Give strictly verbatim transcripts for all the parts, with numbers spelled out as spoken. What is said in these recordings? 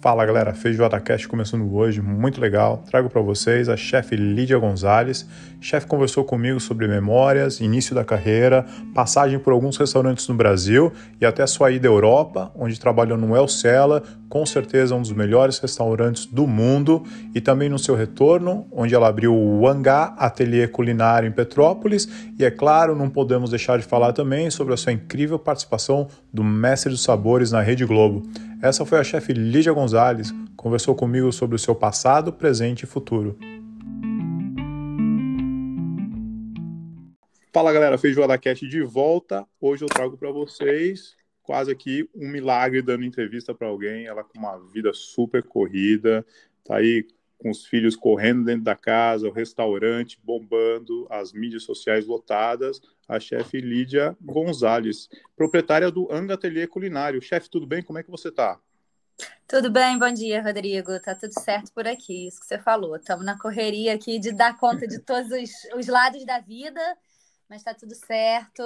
Fala galera, Feijoada Cast começando hoje, muito legal. Trago para vocês a chefe Lídia Gonzalez. Chefe conversou comigo sobre memórias, início da carreira, passagem por alguns restaurantes no Brasil e até sua ida à Europa, onde trabalhou no El Cella, com certeza um dos melhores restaurantes do mundo, e também no seu retorno, onde ela abriu o Hangar Ateliê Culinário em Petrópolis. E é claro, não podemos deixar de falar também sobre a sua incrível participação do Mestre dos Sabores na Rede Globo. Essa foi a chefe Lídia Gonzalez, conversou comigo sobre o seu passado, presente e futuro. Fala galera, Feijoada Cast de volta. Hoje eu trago para vocês quase aqui um milagre dando entrevista para alguém. Ela com uma vida super corrida, tá aí com os filhos correndo dentro da casa, o restaurante bombando, as mídias sociais lotadas. A chefe Lídia Gonzalez, proprietária do Hangar Ateliê Culinário. Chefe, tudo bem? Como é que você tá? Tudo bem, bom dia, Rodrigo. Tá tudo certo por aqui, isso que você falou. Estamos na correria aqui de dar conta de todos os, os lados da vida, mas tá tudo certo.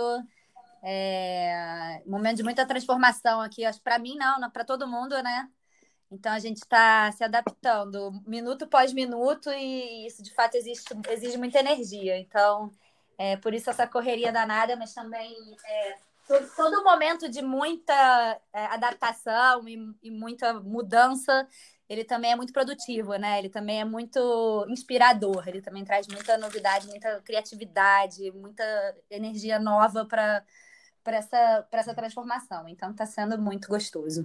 É... Momento de muita transformação aqui, acho para mim não, para todo mundo, né? Então a gente está se adaptando minuto após minuto e isso de fato exige, exige muita energia. Então, é, por isso essa correria danada, mas também é, todo, todo momento de muita é, adaptação e, e muita mudança, ele também é muito produtivo, né? Ele também é muito inspirador, ele também traz muita novidade, muita criatividade, muita energia nova para para essa, para essa transformação. Então está sendo muito gostoso.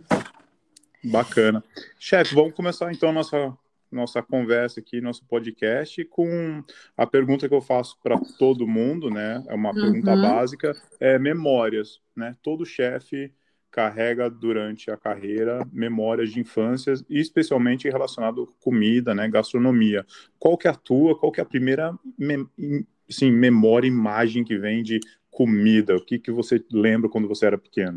Bacana. Chefe, vamos começar então nossa, nossa conversa aqui, nosso podcast, com a pergunta que eu faço para todo mundo, né? É uma uhum. pergunta básica, é memórias, né? Todo chefe carrega durante a carreira memórias de infância, especialmente relacionado com comida, né? Gastronomia. Qual que é a tua, qual que é a primeira mem sim, memória, imagem que vem de comida? O que, que você lembra quando você era pequeno?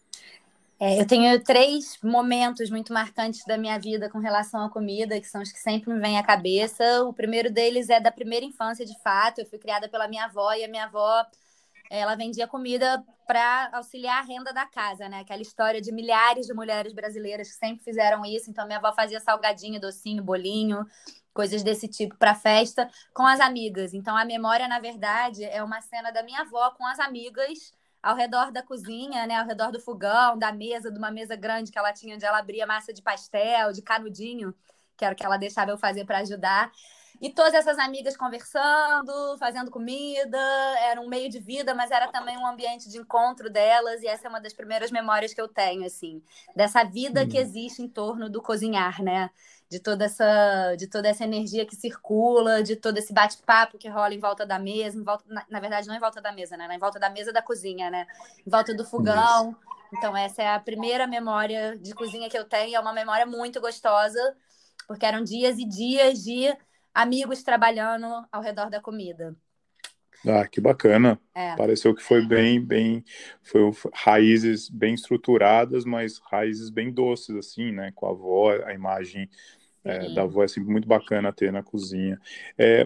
É, eu tenho três momentos muito marcantes da minha vida com relação à comida, que são os que sempre me vêm à cabeça. O primeiro deles é da primeira infância, de fato. Eu fui criada pela minha avó e a minha avó, ela vendia comida para auxiliar a renda da casa, né? Aquela história de milhares de mulheres brasileiras que sempre fizeram isso. Então, minha avó fazia salgadinho, docinho, bolinho, coisas desse tipo para festa com as amigas. Então, a memória, na verdade, é uma cena da minha avó com as amigas ao redor da cozinha, né? Ao redor do fogão, da mesa, de uma mesa grande que ela tinha, onde ela abria massa de pastel, de canudinho, que era o que ela deixava eu fazer para ajudar. E todas essas amigas conversando, fazendo comida, era um meio de vida, mas era também um ambiente de encontro delas, e essa é uma das primeiras memórias que eu tenho, assim, dessa vida que existe em torno do cozinhar, né? De toda essa, de toda essa energia que circula, de todo esse bate-papo que rola em volta da mesa, em volta, na, na verdade não em volta da mesa, né? Em volta da mesa da cozinha, né? Em volta do fogão. Isso. Então essa é a primeira memória de cozinha que eu tenho, é uma memória muito gostosa, porque eram dias e dias de amigos trabalhando ao redor da comida. Ah, que bacana. É. Pareceu que foi bem, bem, foi raízes bem estruturadas, mas raízes bem doces, assim, né? Com a avó, a imagem é, da avó é sempre muito bacana ter na cozinha. É,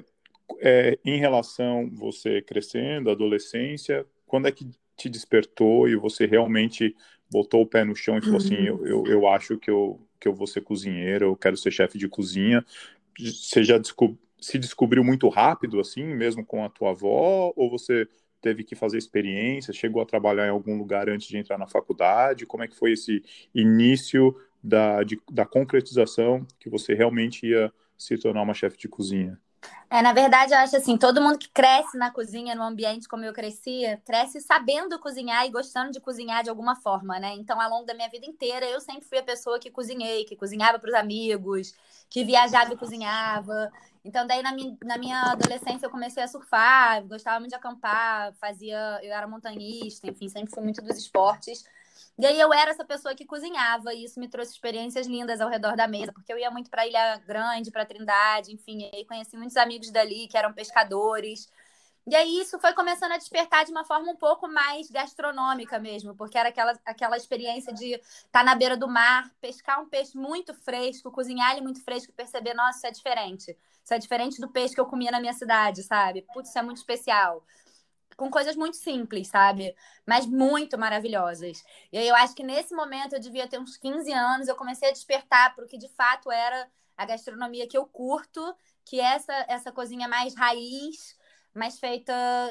é, em relação você crescendo, adolescência, quando é que te despertou e você realmente botou o pé no chão e falou assim, eu, eu, eu acho que eu, que eu vou ser cozinheiro, eu quero ser chefe de cozinha? Você já descobriu se descobriu muito rápido, assim, mesmo com a tua avó, ou você teve que fazer experiência, chegou a trabalhar em algum lugar antes de entrar na faculdade? Como é que foi esse início da, de, da concretização que você realmente ia se tornar uma chefe de cozinha? É, na verdade, eu acho assim, todo mundo que cresce na cozinha, no ambiente como eu crescia, cresce sabendo cozinhar e gostando de cozinhar de alguma forma, né? Então, ao longo da minha vida inteira, eu sempre fui a pessoa que cozinhei, que cozinhava para os amigos, que viajava e cozinhava. Então, daí, na minha, na minha adolescência, eu comecei a surfar, gostava muito de acampar, fazia, eu era montanhista, enfim, sempre fui muito dos esportes. E aí eu era essa pessoa que cozinhava, e isso me trouxe experiências lindas ao redor da mesa, porque eu ia muito para Ilha Grande, para Trindade, enfim, e aí conheci muitos amigos dali que eram pescadores. E aí isso foi começando a despertar de uma forma um pouco mais gastronômica mesmo, porque era aquela, aquela experiência de estar na beira do mar, pescar um peixe muito fresco, cozinhar ele muito fresco e perceber, nossa, isso é diferente. Isso é diferente do peixe que eu comia na minha cidade, sabe? Putz, isso é muito especial. com coisas muito simples, sabe? Mas muito maravilhosas. E aí eu acho que nesse momento eu devia ter uns quinze anos, eu comecei a despertar para o que de fato era a gastronomia que eu curto, que é essa, essa cozinha mais raiz, mais feita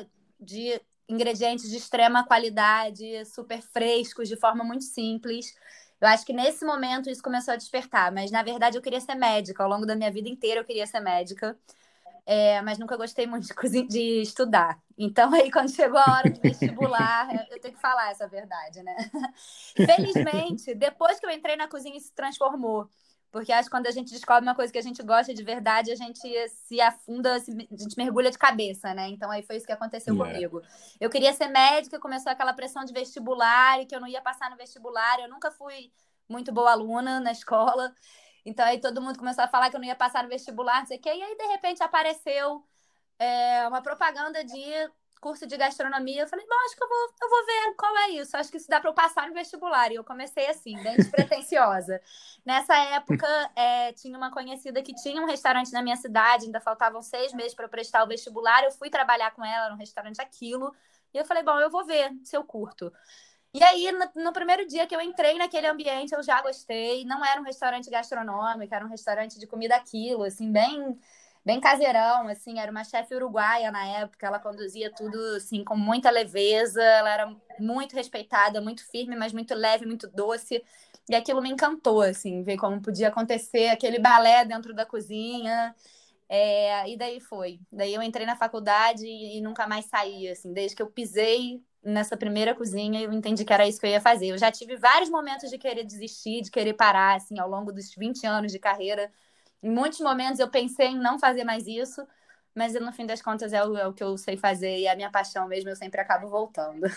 de ingredientes de extrema qualidade, super frescos, de forma muito simples. Eu acho que nesse momento isso começou a despertar, mas na verdade eu queria ser médica. Ao longo da minha vida inteira eu queria ser médica. É, mas nunca gostei muito de, cozinha, de estudar. Então, aí, quando chegou a hora de vestibular, eu tenho que falar essa verdade, né? Felizmente, depois que eu entrei na cozinha, isso se transformou. Porque acho que quando a gente descobre uma coisa que a gente gosta de verdade, a gente se afunda, a gente mergulha de cabeça, né? Então, aí foi isso que aconteceu Yeah. comigo. Eu queria ser médica, começou aquela pressão de vestibular e que eu não ia passar no vestibular. Eu nunca fui muito boa aluna na escola. Então, aí todo mundo começou a falar que eu não ia passar no vestibular, não sei o quê. E aí, de repente, apareceu é, uma propaganda de curso de gastronomia. Eu falei, bom, acho que eu vou, eu vou ver qual é isso. Acho que isso dá para eu passar no vestibular. E eu comecei assim, bem despretensiosa. Nessa época, é, tinha uma conhecida que tinha um restaurante na minha cidade, ainda faltavam seis meses para eu prestar o vestibular. Eu fui trabalhar com ela no restaurante Aquilo. E eu falei, bom, eu vou ver se eu curto. E aí, no, no primeiro dia que eu entrei naquele ambiente, eu já gostei. Não era um restaurante gastronômico, era um restaurante de comida aquilo, assim, bem, bem caseirão, assim. Era uma chefe uruguaia na época, ela conduzia tudo, assim, com muita leveza. Ela era muito respeitada, muito firme, mas muito leve, muito doce. E aquilo me encantou, assim, ver como podia acontecer aquele balé dentro da cozinha. É, e daí foi. Daí eu entrei na faculdade e, e nunca mais saí, assim, desde que eu pisei nessa primeira cozinha, eu entendi que era isso que eu ia fazer. Eu já tive vários momentos de querer desistir, de querer parar, assim, ao longo dos vinte anos de carreira. Em muitos momentos eu pensei em não fazer mais isso, mas no fim das contas é o, é o que eu sei fazer e é a minha paixão mesmo, eu sempre acabo voltando.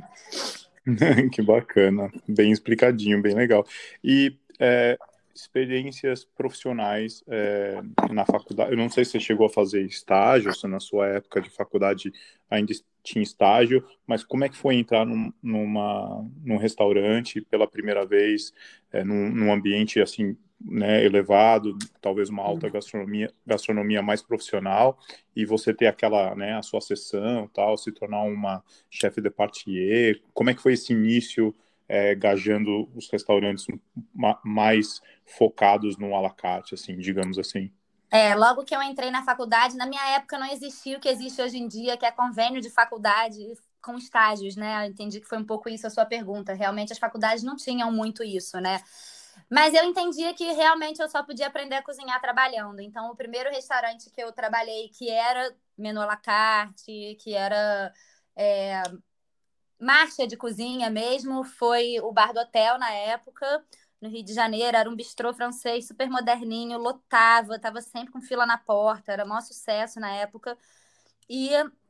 Que bacana, bem explicadinho, bem legal. E é, experiências profissionais é, na faculdade, eu não sei se você chegou a fazer estágio, se na sua época de faculdade ainda tinha estágio, mas como é que foi entrar num, numa, num restaurante pela primeira vez, é, num, num ambiente assim, né, elevado, talvez uma alta gastronomia, gastronomia mais profissional, e você ter aquela, né, a sua sessão, tal, se tornar uma chefe de partie. Como é que foi esse início, é, gajando os restaurantes ma mais focados no à la carte, assim, digamos assim? É, logo que eu entrei na faculdade, na minha época não existia o que existe hoje em dia, que é convênio de faculdade com estágios, né? Eu entendi que foi um pouco isso a sua pergunta. Realmente as faculdades não tinham muito isso, né? Mas eu entendia que realmente eu só podia aprender a cozinhar trabalhando. Então, o primeiro restaurante que eu trabalhei, que era menu à la carte, que era é, marcha de cozinha mesmo, foi o Bar do Hotel na época, no Rio de Janeiro. Era um bistrô francês super moderninho, lotava, tava sempre com fila na porta, era maior sucesso na época. E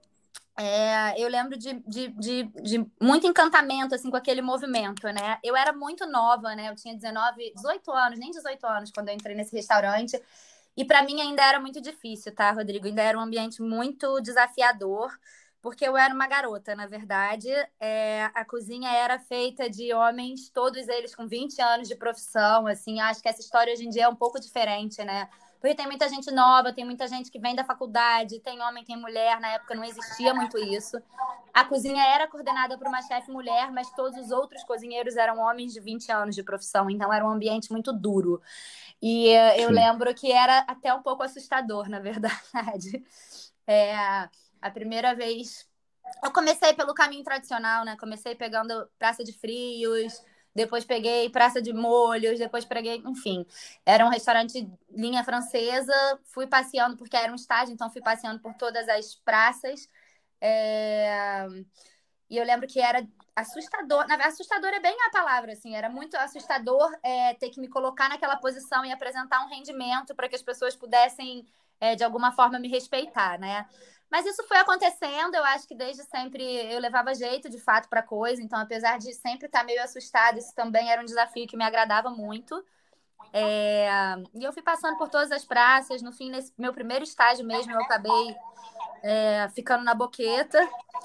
é, eu lembro de, de, de, de muito encantamento assim com aquele movimento, né? Eu era muito nova, né? Eu tinha dezenove, dezoito anos, nem dezoito anos quando eu entrei nesse restaurante. E para mim ainda era muito difícil, tá, Rodrigo? Ainda era um ambiente muito desafiador, porque eu era uma garota, na verdade. É, a cozinha era feita de homens, todos eles com vinte anos de profissão, assim. Acho que essa história hoje em dia é um pouco diferente, né? Porque tem muita gente nova, tem muita gente que vem da faculdade, tem homem, tem mulher. Na época não existia muito isso. A cozinha era coordenada por uma chefe mulher, mas todos os outros cozinheiros eram homens de vinte anos de profissão, então era um ambiente muito duro. E eh, eu Sim. lembro que era até um pouco assustador, na verdade. É, a primeira vez. Eu comecei pelo caminho tradicional, né? Comecei pegando praça de frios, depois peguei praça de molhos, depois peguei, enfim. Era um restaurante linha francesa. Fui passeando, porque era um estágio, então fui passeando por todas as praças. É... E eu lembro que era assustador. Na verdade, assustador é bem a palavra, assim. Era muito assustador é, ter que me colocar naquela posição e apresentar um rendimento para que as pessoas pudessem, é, de alguma forma, me respeitar, né? Mas isso foi acontecendo. Eu acho que desde sempre eu levava jeito, de fato, para coisa. Então, apesar de sempre estar meio assustada, isso também era um desafio que me agradava muito. É... E eu fui passando por todas as praças. No fim, nesse meu primeiro estágio mesmo, eu acabei é, ficando na boqueta.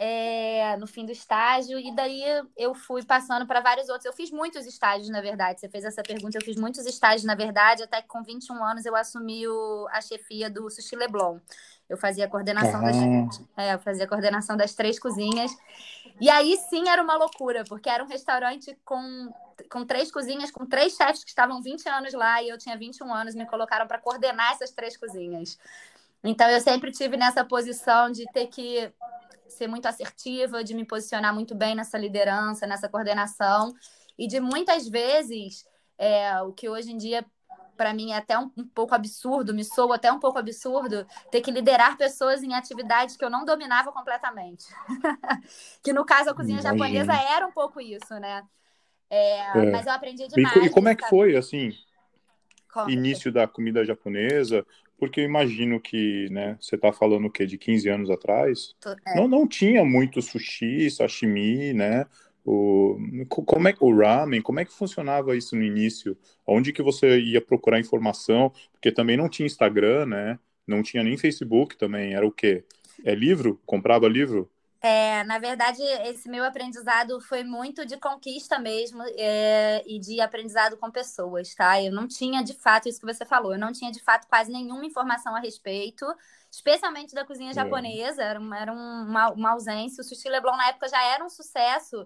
é, no fim do estágio, e daí eu fui passando para vários outros. Eu fiz muitos estágios, na verdade. Você fez essa pergunta, eu fiz muitos estágios, na verdade, até que com vinte e um anos eu assumi o, a chefia do Sushi Leblon. Eu fazia a coordenação das, Ah, é, eu fazia a coordenação das três cozinhas. E aí sim era uma loucura, porque era um restaurante com, com três cozinhas, com três chefes que estavam vinte anos lá, e eu tinha vinte e um anos, me colocaram para coordenar essas três cozinhas. Então eu sempre tive nessa posição de ter que ser muito assertiva, de me posicionar muito bem nessa liderança, nessa coordenação, e de muitas vezes, é, o que hoje em dia para mim é até um, um pouco absurdo, me soa até um pouco absurdo, ter que liderar pessoas em atividades que eu não dominava completamente. Que no caso a cozinha japonesa imagino. era um pouco isso, né? É, É. mas eu aprendi E, co- e demais como é nesse que foi, caminho. assim, Conta. início da comida japonesa? Porque eu imagino que, né, você está falando o quê? De quinze anos atrás? É. Não, não tinha muito sushi, sashimi, né? O, co- como é que o ramen, como é que funcionava isso no início? Onde que você ia procurar informação? Porque também não tinha Instagram, né? Não tinha nem Facebook também. Era o quê? É livro? Comprava livro? É, na verdade, esse meu aprendizado foi muito de conquista mesmo, é, e de aprendizado com pessoas, tá? Eu não tinha, de fato, isso que você falou, eu não tinha, de fato, quase nenhuma informação a respeito, especialmente da cozinha É, japonesa, era, uma, era um- uma, uma ausência. O Sushi Leblon, na época, já era um sucesso,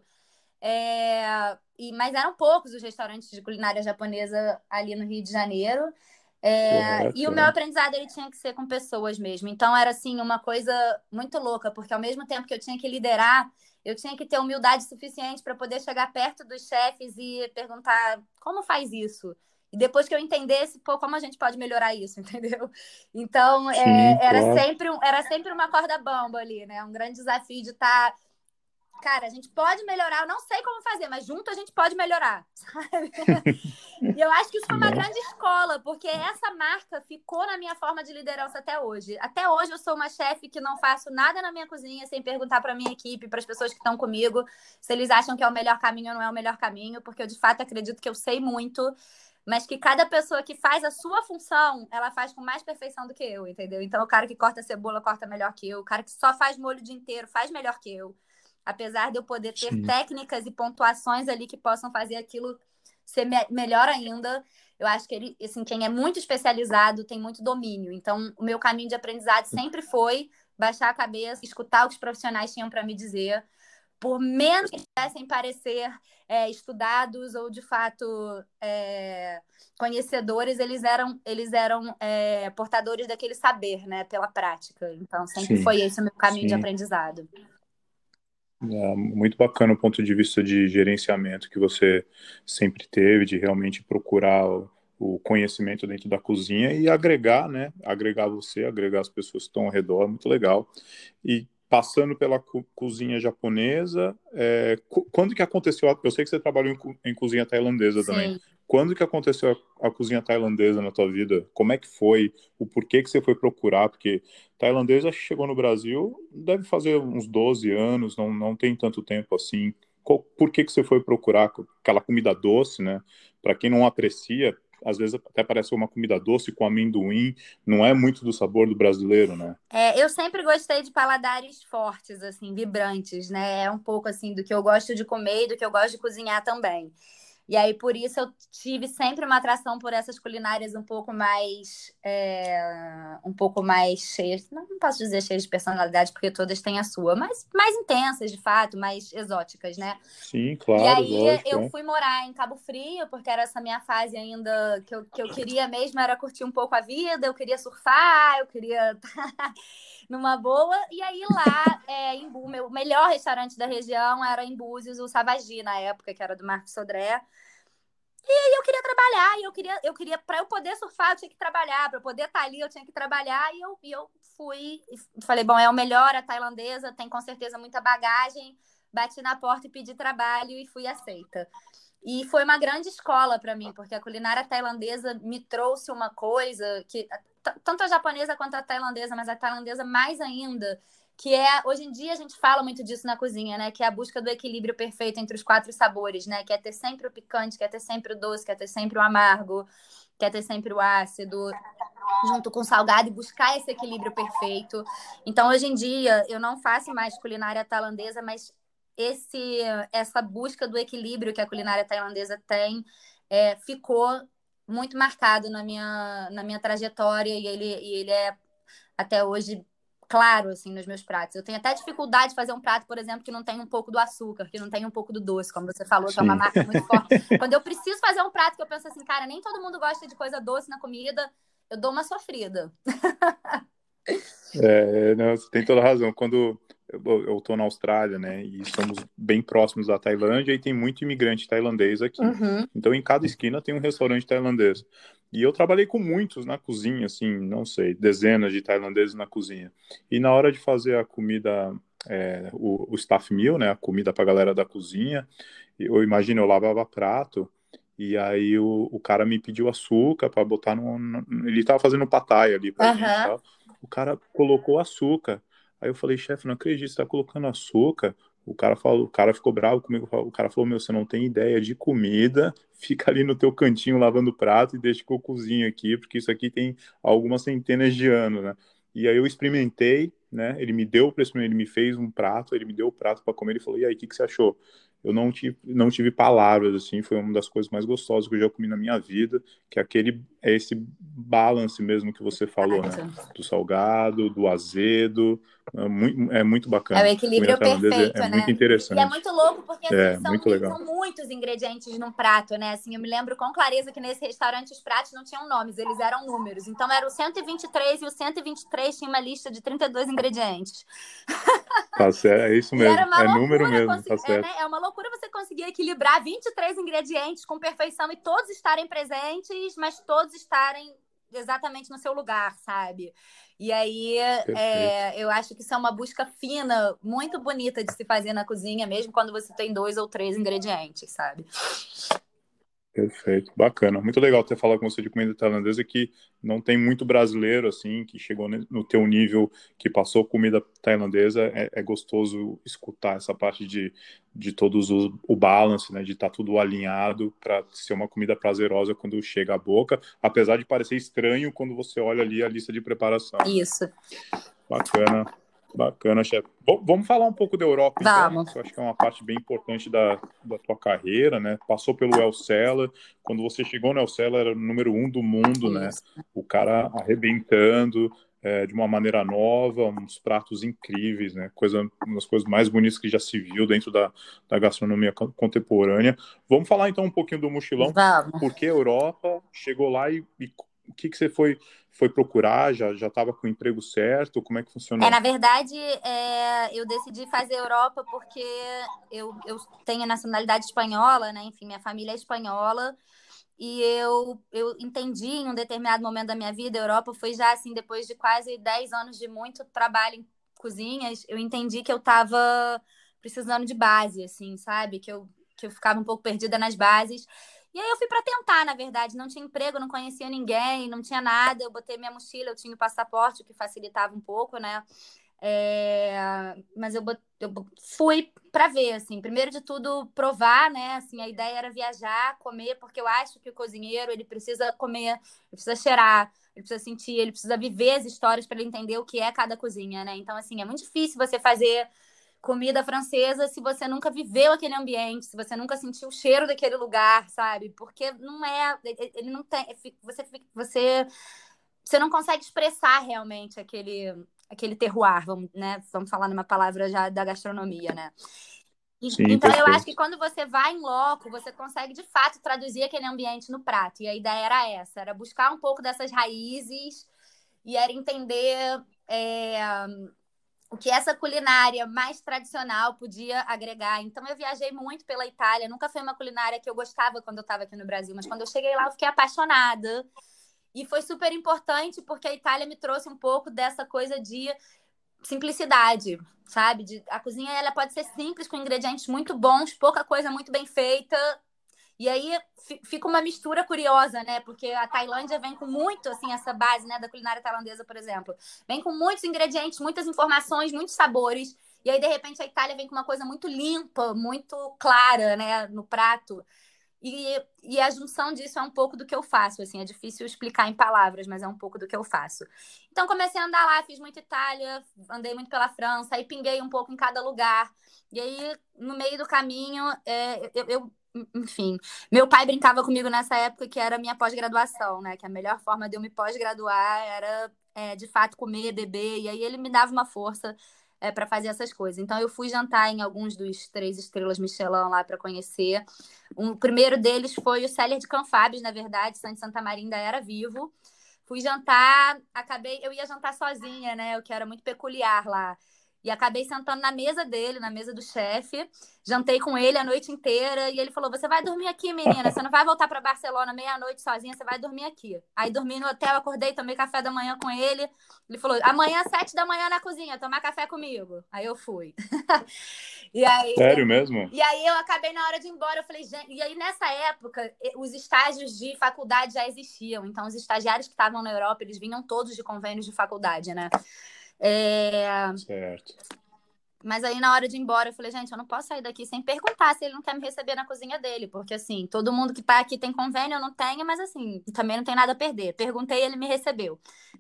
é, e, mas eram poucos os restaurantes de culinária japonesa ali no Rio de Janeiro. É, e o correto, meu é. aprendizado ele tinha que ser com pessoas mesmo. Então era assim uma coisa muito louca, porque ao mesmo tempo que eu tinha que liderar, eu tinha que ter humildade suficiente para poder chegar perto dos chefes e perguntar como faz isso. E depois que eu entendesse, pô, como a gente pode melhorar isso, entendeu? Então é, Sim, era claro. sempre um- era sempre uma corda bamba ali, né? Um grande desafio de estar, cara, a gente pode melhorar, eu não sei como fazer, mas junto a gente pode melhorar, sabe? E eu acho que isso foi uma Não, grande escola, porque essa marca ficou na minha forma de liderança até hoje. Até hoje eu sou uma chefe que não faço nada na minha cozinha sem perguntar para minha equipe, para as pessoas que estão comigo, se eles acham que é o melhor caminho ou não é o melhor caminho, porque eu de fato acredito que eu sei muito, mas que cada pessoa que faz a sua função, ela faz com mais perfeição do que eu, entendeu? Então o cara que corta cebola corta melhor que eu, o cara que só faz molho o dia inteiro faz melhor que eu. Apesar de eu poder ter sim. técnicas e pontuações ali que possam fazer aquilo ser me melhor ainda, eu acho que ele, assim, quem é muito especializado tem muito domínio. Então, o meu caminho de aprendizado sempre foi baixar a cabeça, escutar o que os profissionais tinham para me dizer, por menos que pudessem parecer é, estudados ou de fato é, conhecedores, eles eram, eles eram é, portadores daquele saber, né, pela prática. Então, sempre Sim, foi esse o meu caminho de sim. aprendizado. É muito bacana o ponto de vista de gerenciamento que você sempre teve, de realmente procurar o, o conhecimento dentro da cozinha e agregar, né? Agregar você, agregar as pessoas que estão ao redor, muito legal. E passando pela co cozinha japonesa, é, quando que aconteceu? A, eu sei que você trabalhou em, co em cozinha tailandesa também. Sim. Quando que aconteceu a, a cozinha tailandesa na tua vida? Como é que foi? O porquê que você foi procurar? Porque tailandesa chegou no Brasil, deve fazer uns doze anos, não, não tem tanto tempo assim. Qual, por que que você foi procurar aquela comida doce, né? Para quem não aprecia, às vezes até parece uma comida doce com amendoim, não é muito do sabor do brasileiro, né? É, eu sempre gostei de paladares fortes, assim, vibrantes, né? É um pouco assim do que eu gosto de comer e do que eu gosto de cozinhar também. E aí, por isso, eu tive sempre uma atração por essas culinárias um pouco mais, é, um pouco mais cheias, não, não posso dizer cheias de personalidade, porque todas têm a sua, mas mais intensas, de fato, mais exóticas, né? Sim, E claro, aí lógico, eu é. fui morar em Cabo Frio, porque era essa minha fase ainda que eu, que eu queria mesmo era curtir um pouco a vida, eu queria surfar, eu queria estar numa boa. E aí lá, é, em, o meu melhor restaurante da região era em Búzios, o Savagi, na época, que era do Marcos Sodré. E eu queria trabalhar, e eu queria, eu queria, para eu poder surfar, eu tinha que trabalhar, para eu poder estar ali, eu tinha que trabalhar, e eu, e eu fui e falei, bom, é o melhor, a tailandesa, tem com certeza muita bagagem, bati na porta e pedi trabalho e fui aceita. E foi uma grande escola para mim, porque a culinária tailandesa me trouxe uma coisa que tanto a japonesa quanto a tailandesa, mas a tailandesa mais ainda, que é, hoje em dia a gente fala muito disso na cozinha, né? Que é a busca do equilíbrio perfeito entre os quatro sabores, né? Que é ter sempre o picante, que é ter sempre o doce, que é ter sempre o amargo. que é ter sempre o ácido junto com o salgado e buscar esse equilíbrio perfeito. Então, hoje em dia, eu não faço mais culinária tailandesa, mas esse, essa busca do equilíbrio que a culinária tailandesa tem é, ficou muito marcado na minha, na minha trajetória e ele, e ele é até hoje claro, assim, nos meus pratos. Eu tenho até dificuldade de fazer um prato, por exemplo, que não tem um pouco do açúcar, que não tem um pouco do doce, como você falou, que é uma Sim. marca muito forte. Quando eu preciso fazer um prato que eu penso assim, cara, nem todo mundo gosta de coisa doce na comida, eu dou uma sofrida. É, não, você tem toda a razão. Quando eu, eu tô na Austrália, né, e somos bem próximos da Tailândia e tem muito imigrante tailandês aqui. Uhum. Então, em cada esquina tem um restaurante tailandês. E eu trabalhei com muitos na cozinha, assim, não sei, dezenas de tailandeses na cozinha. E na hora de fazer a comida, é, o, o staff meal, né, a comida pra galera da cozinha, eu imagino, eu lavava prato. E aí o, o cara me pediu açúcar para botar no, no. Ele tava fazendo patai ali pra gente e Aham. tal. O cara colocou açúcar. Aí eu falei, chefe, não acredito, você tá colocando açúcar. O cara falou, o cara ficou bravo comigo. O cara falou, meu, você não tem ideia de comida. Fica ali no teu cantinho lavando prato e deixa que eu cozinho aqui, porque isso aqui tem algumas centenas de anos, né? E aí eu experimentei, né? Ele me deu para experimentar, ele me fez um prato, ele me deu o prato para comer. Ele falou, e aí, o que que você achou? Eu não tive, não tive palavras, assim, foi uma das coisas mais gostosas que eu já comi na minha vida, que é aquele, é esse balance mesmo que você falou, né? Exato. Do salgado, do azedo, é muito, é muito É o bacana. A comida equilíbrio tailandesa é, perfeito, é muito né? E é interessante, muito louco porque, assim, é são, muito legal. são muitos ingredientes num prato, né? Assim, eu me lembro com clareza que nesse restaurante os pratos não tinham nomes, eles eram números. Então, era o cento e vinte e três e o cento e vinte e três tinha uma lista de trinta e dois ingredientes. Tá certo, é isso E era mesmo, uma é número loucura mesmo, tá conseguir, é, certo. né? É uma loucura você conseguir equilibrar vinte e três ingredientes com perfeição e todos estarem presentes, mas todos estarem exatamente no seu lugar, sabe? E aí Perfeito. é, eu acho que isso é uma busca fina, muito bonita de se fazer na cozinha, mesmo quando você tem dois ou três ingredientes, sabe? Perfeito, bacana. Muito legal ter falado com você de comida tailandesa, que não tem muito brasileiro, assim, que chegou no teu nível, que passou comida tailandesa. É, é gostoso escutar essa parte de, de todos os, o balance, né, de estar tá tudo alinhado para ser uma comida prazerosa quando chega à boca, apesar de parecer estranho quando você olha ali a lista de preparação, né? Isso. Bacana. Bacana, chefe. Bom, vamos falar um pouco da Europa, então, Vamos. que eu acho que é uma parte bem importante da, da tua carreira, né? Passou pelo El Cella. Quando você chegou no El Cella, era o número um do mundo, né? Isso. O cara arrebentando é, de uma maneira nova, uns pratos incríveis, né? Coisa, uma das coisas mais bonitas que já se viu dentro da, da gastronomia contemporânea. Vamos falar, então, um pouquinho do mochilão. Vamos. Por que Europa? Chegou lá e, e o que, que você foi foi procurar? Já já estava com o emprego certo? Como é que É, na funcionou? verdade, é, eu decidi fazer Europa porque eu, eu tenho nacionalidade espanhola, né? Enfim, minha família é espanhola. E eu, eu entendi em um determinado momento da minha vida, a Europa foi já assim, depois de quase dez anos de muito trabalho em cozinhas, eu entendi que eu estava precisando de base, assim, sabe? Que eu, que eu ficava um pouco perdida nas bases. E aí eu fui para tentar, na verdade. Não tinha emprego, não conhecia ninguém, não tinha nada. Eu botei minha mochila, eu tinha o passaporte, o que facilitava um pouco, né? É, mas eu, eu fui para ver, assim, primeiro de tudo provar, né? Assim, a ideia era viajar, comer, porque eu acho que o cozinheiro ele precisa comer, ele precisa cheirar, ele precisa sentir, ele precisa viver as histórias para ele entender o que é cada cozinha, né? Então, assim, é muito difícil você fazer comida francesa se você nunca viveu aquele ambiente, se você nunca sentiu o cheiro daquele lugar, sabe? Porque não é, ele não tem, você, você, você não consegue expressar realmente aquele aquele terroir, vamos, né? Vamos falar numa palavra já da gastronomia, né? E, Sim, então eu acho que perfeito. quando você vai em loco, você consegue de fato traduzir aquele ambiente no prato. E a ideia era essa, era buscar um pouco dessas raízes e era entender é, o que essa culinária mais tradicional podia agregar. Então eu viajei muito pela Itália, nunca foi uma culinária que eu gostava quando eu estava aqui no Brasil, mas quando eu cheguei lá eu fiquei apaixonada. E foi super importante porque a Itália me trouxe um pouco dessa coisa de simplicidade, sabe? De, a cozinha ela pode ser simples, com ingredientes muito bons, pouca coisa muito bem feita. E aí fica uma mistura curiosa, né? Porque a Tailândia vem com muito, assim, essa base, né, da culinária tailandesa, por exemplo. Vem com muitos ingredientes, muitas informações, muitos sabores. E aí, de repente, a Itália vem com uma coisa muito limpa, muito clara, né, no prato. E, e a junção disso é um pouco do que eu faço, assim, é difícil explicar em palavras, mas é um pouco do que eu faço. Então, comecei a andar lá, fiz muito Itália, andei muito pela França, aí pinguei um pouco em cada lugar. E aí, no meio do caminho, é, eu, eu, enfim, meu pai brincava comigo nessa época que era a minha pós-graduação, né? Que a melhor forma de eu me pós-graduar era, é, de fato, comer, beber, e aí ele me dava uma força é, para fazer essas coisas. Então, eu fui jantar em alguns dos três estrelas Michelin lá para conhecer. Um, o primeiro deles foi o Célia de Canfabes, na verdade, Santo Santa Maria ainda era vivo. Fui jantar, acabei, eu ia jantar sozinha, né? O que era muito peculiar lá. E acabei sentando na mesa dele, na mesa do chefe. Jantei com ele a noite inteira e ele falou: "Você vai dormir aqui, menina. Você não vai voltar para Barcelona meia-noite sozinha, você vai dormir aqui." Aí dormi no hotel, acordei, tomei café da manhã com ele. Ele falou: "Amanhã, sete da manhã na cozinha, tomar café comigo." Aí eu fui. E aí, Sério mesmo? e aí eu acabei na hora de ir embora, eu falei, gente, e aí nessa época os estágios de faculdade já existiam, então os estagiários que estavam na Europa, eles vinham todos de convênios de faculdade, né? É... Certo. Mas aí, na hora de ir embora, eu falei, gente, eu não posso sair daqui sem perguntar se ele não quer me receber na cozinha dele. Porque, assim, todo mundo que tá aqui tem convênio, eu não tenho, mas, assim, também não tem nada a perder. Perguntei, ele me recebeu.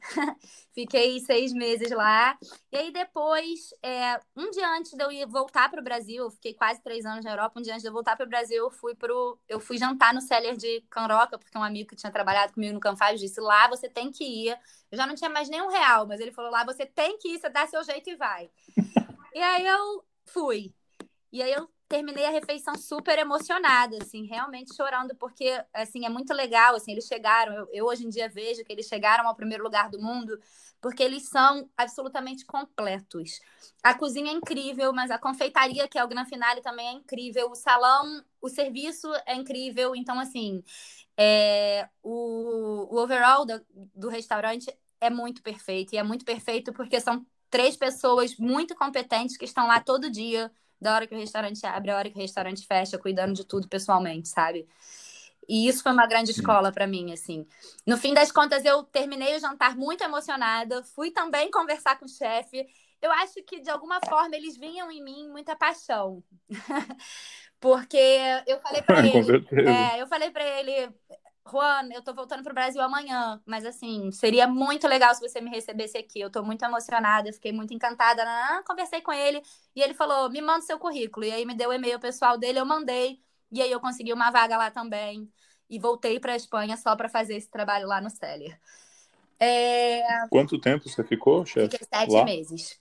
Fiquei seis meses lá. E aí, depois, é, um dia antes de eu ir voltar para o Brasil, eu fiquei quase três anos na Europa, um dia antes de eu voltar para o Brasil, eu fui, pro, eu fui jantar no Cellar de Can Roca, porque um amigo que tinha trabalhado comigo no Canfaz disse, lá você tem que ir. Eu já não tinha mais nenhum real, mas ele falou, lá você tem que ir, você dá seu jeito e vai. E aí eu fui. E aí eu terminei a refeição super emocionada, assim, realmente chorando, porque, assim, é muito legal, assim, eles chegaram, eu, eu hoje em dia vejo que eles chegaram ao primeiro lugar do mundo, porque eles são absolutamente completos. A cozinha é incrível, mas a confeitaria, que é o Gran Finale, também é incrível. O salão, o serviço é incrível. Então, assim, é, o, o overall do, do restaurante é muito perfeito. E é muito perfeito porque são três pessoas muito competentes que estão lá todo dia, da hora que o restaurante abre, a hora que o restaurante fecha, cuidando de tudo pessoalmente, sabe? E isso foi uma grande Sim. escola para mim, assim. No fim das contas, eu terminei o jantar muito emocionada, fui também conversar com o chefe. Eu acho que, de alguma forma, eles vinham em mim muita paixão. Porque eu falei para Com ele, certeza. é, eu falei para ele, Juan, eu tô voltando pro Brasil amanhã, mas assim, seria muito legal se você me recebesse aqui. Eu tô muito emocionada, eu fiquei muito encantada. Ah, conversei com ele e ele falou: "Me manda o seu currículo." E aí me deu o e-mail pessoal dele, eu mandei, e aí eu consegui uma vaga lá também e voltei para a Espanha só para fazer esse trabalho lá no Cellar. É... Quanto tempo você ficou, Fiquei chefe? sete Lá? meses.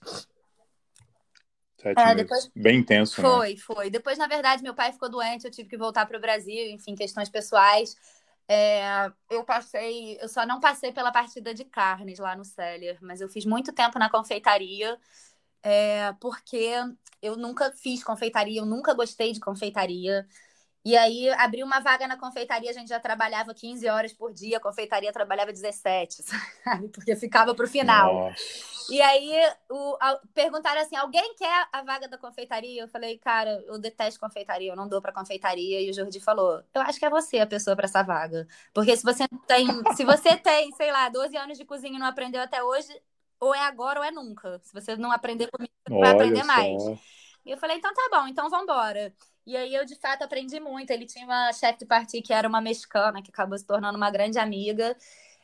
Sete É, meses. depois Bem intenso, né? foi, foi. Depois, na verdade, meu pai ficou doente, eu tive que voltar para o Brasil, enfim, questões pessoais. É, eu passei, eu só não passei pela partida de carnes lá no Cellar, mas eu fiz muito tempo na confeitaria, é, porque eu nunca fiz confeitaria, eu nunca gostei de confeitaria. E aí abriu uma vaga na confeitaria, a gente já trabalhava quinze horas por dia, a confeitaria trabalhava dezessete, sabe? Porque ficava para o final. Nossa. E aí o, a, perguntaram assim: alguém quer a vaga da confeitaria? Eu falei, cara, eu detesto confeitaria, eu não dou para confeitaria. E o Jordi falou: eu acho que é você a pessoa para essa vaga. Porque se você tem, se você tem, sei lá, doze anos de cozinha e não aprendeu até hoje, ou é agora ou é nunca. Se você não aprender comigo, você não vai Olha aprender mais. só. E eu falei, então tá bom, então vambora. E aí eu, de fato, aprendi muito. Ele tinha uma chefe de partie que era uma mexicana, que acabou se tornando uma grande amiga.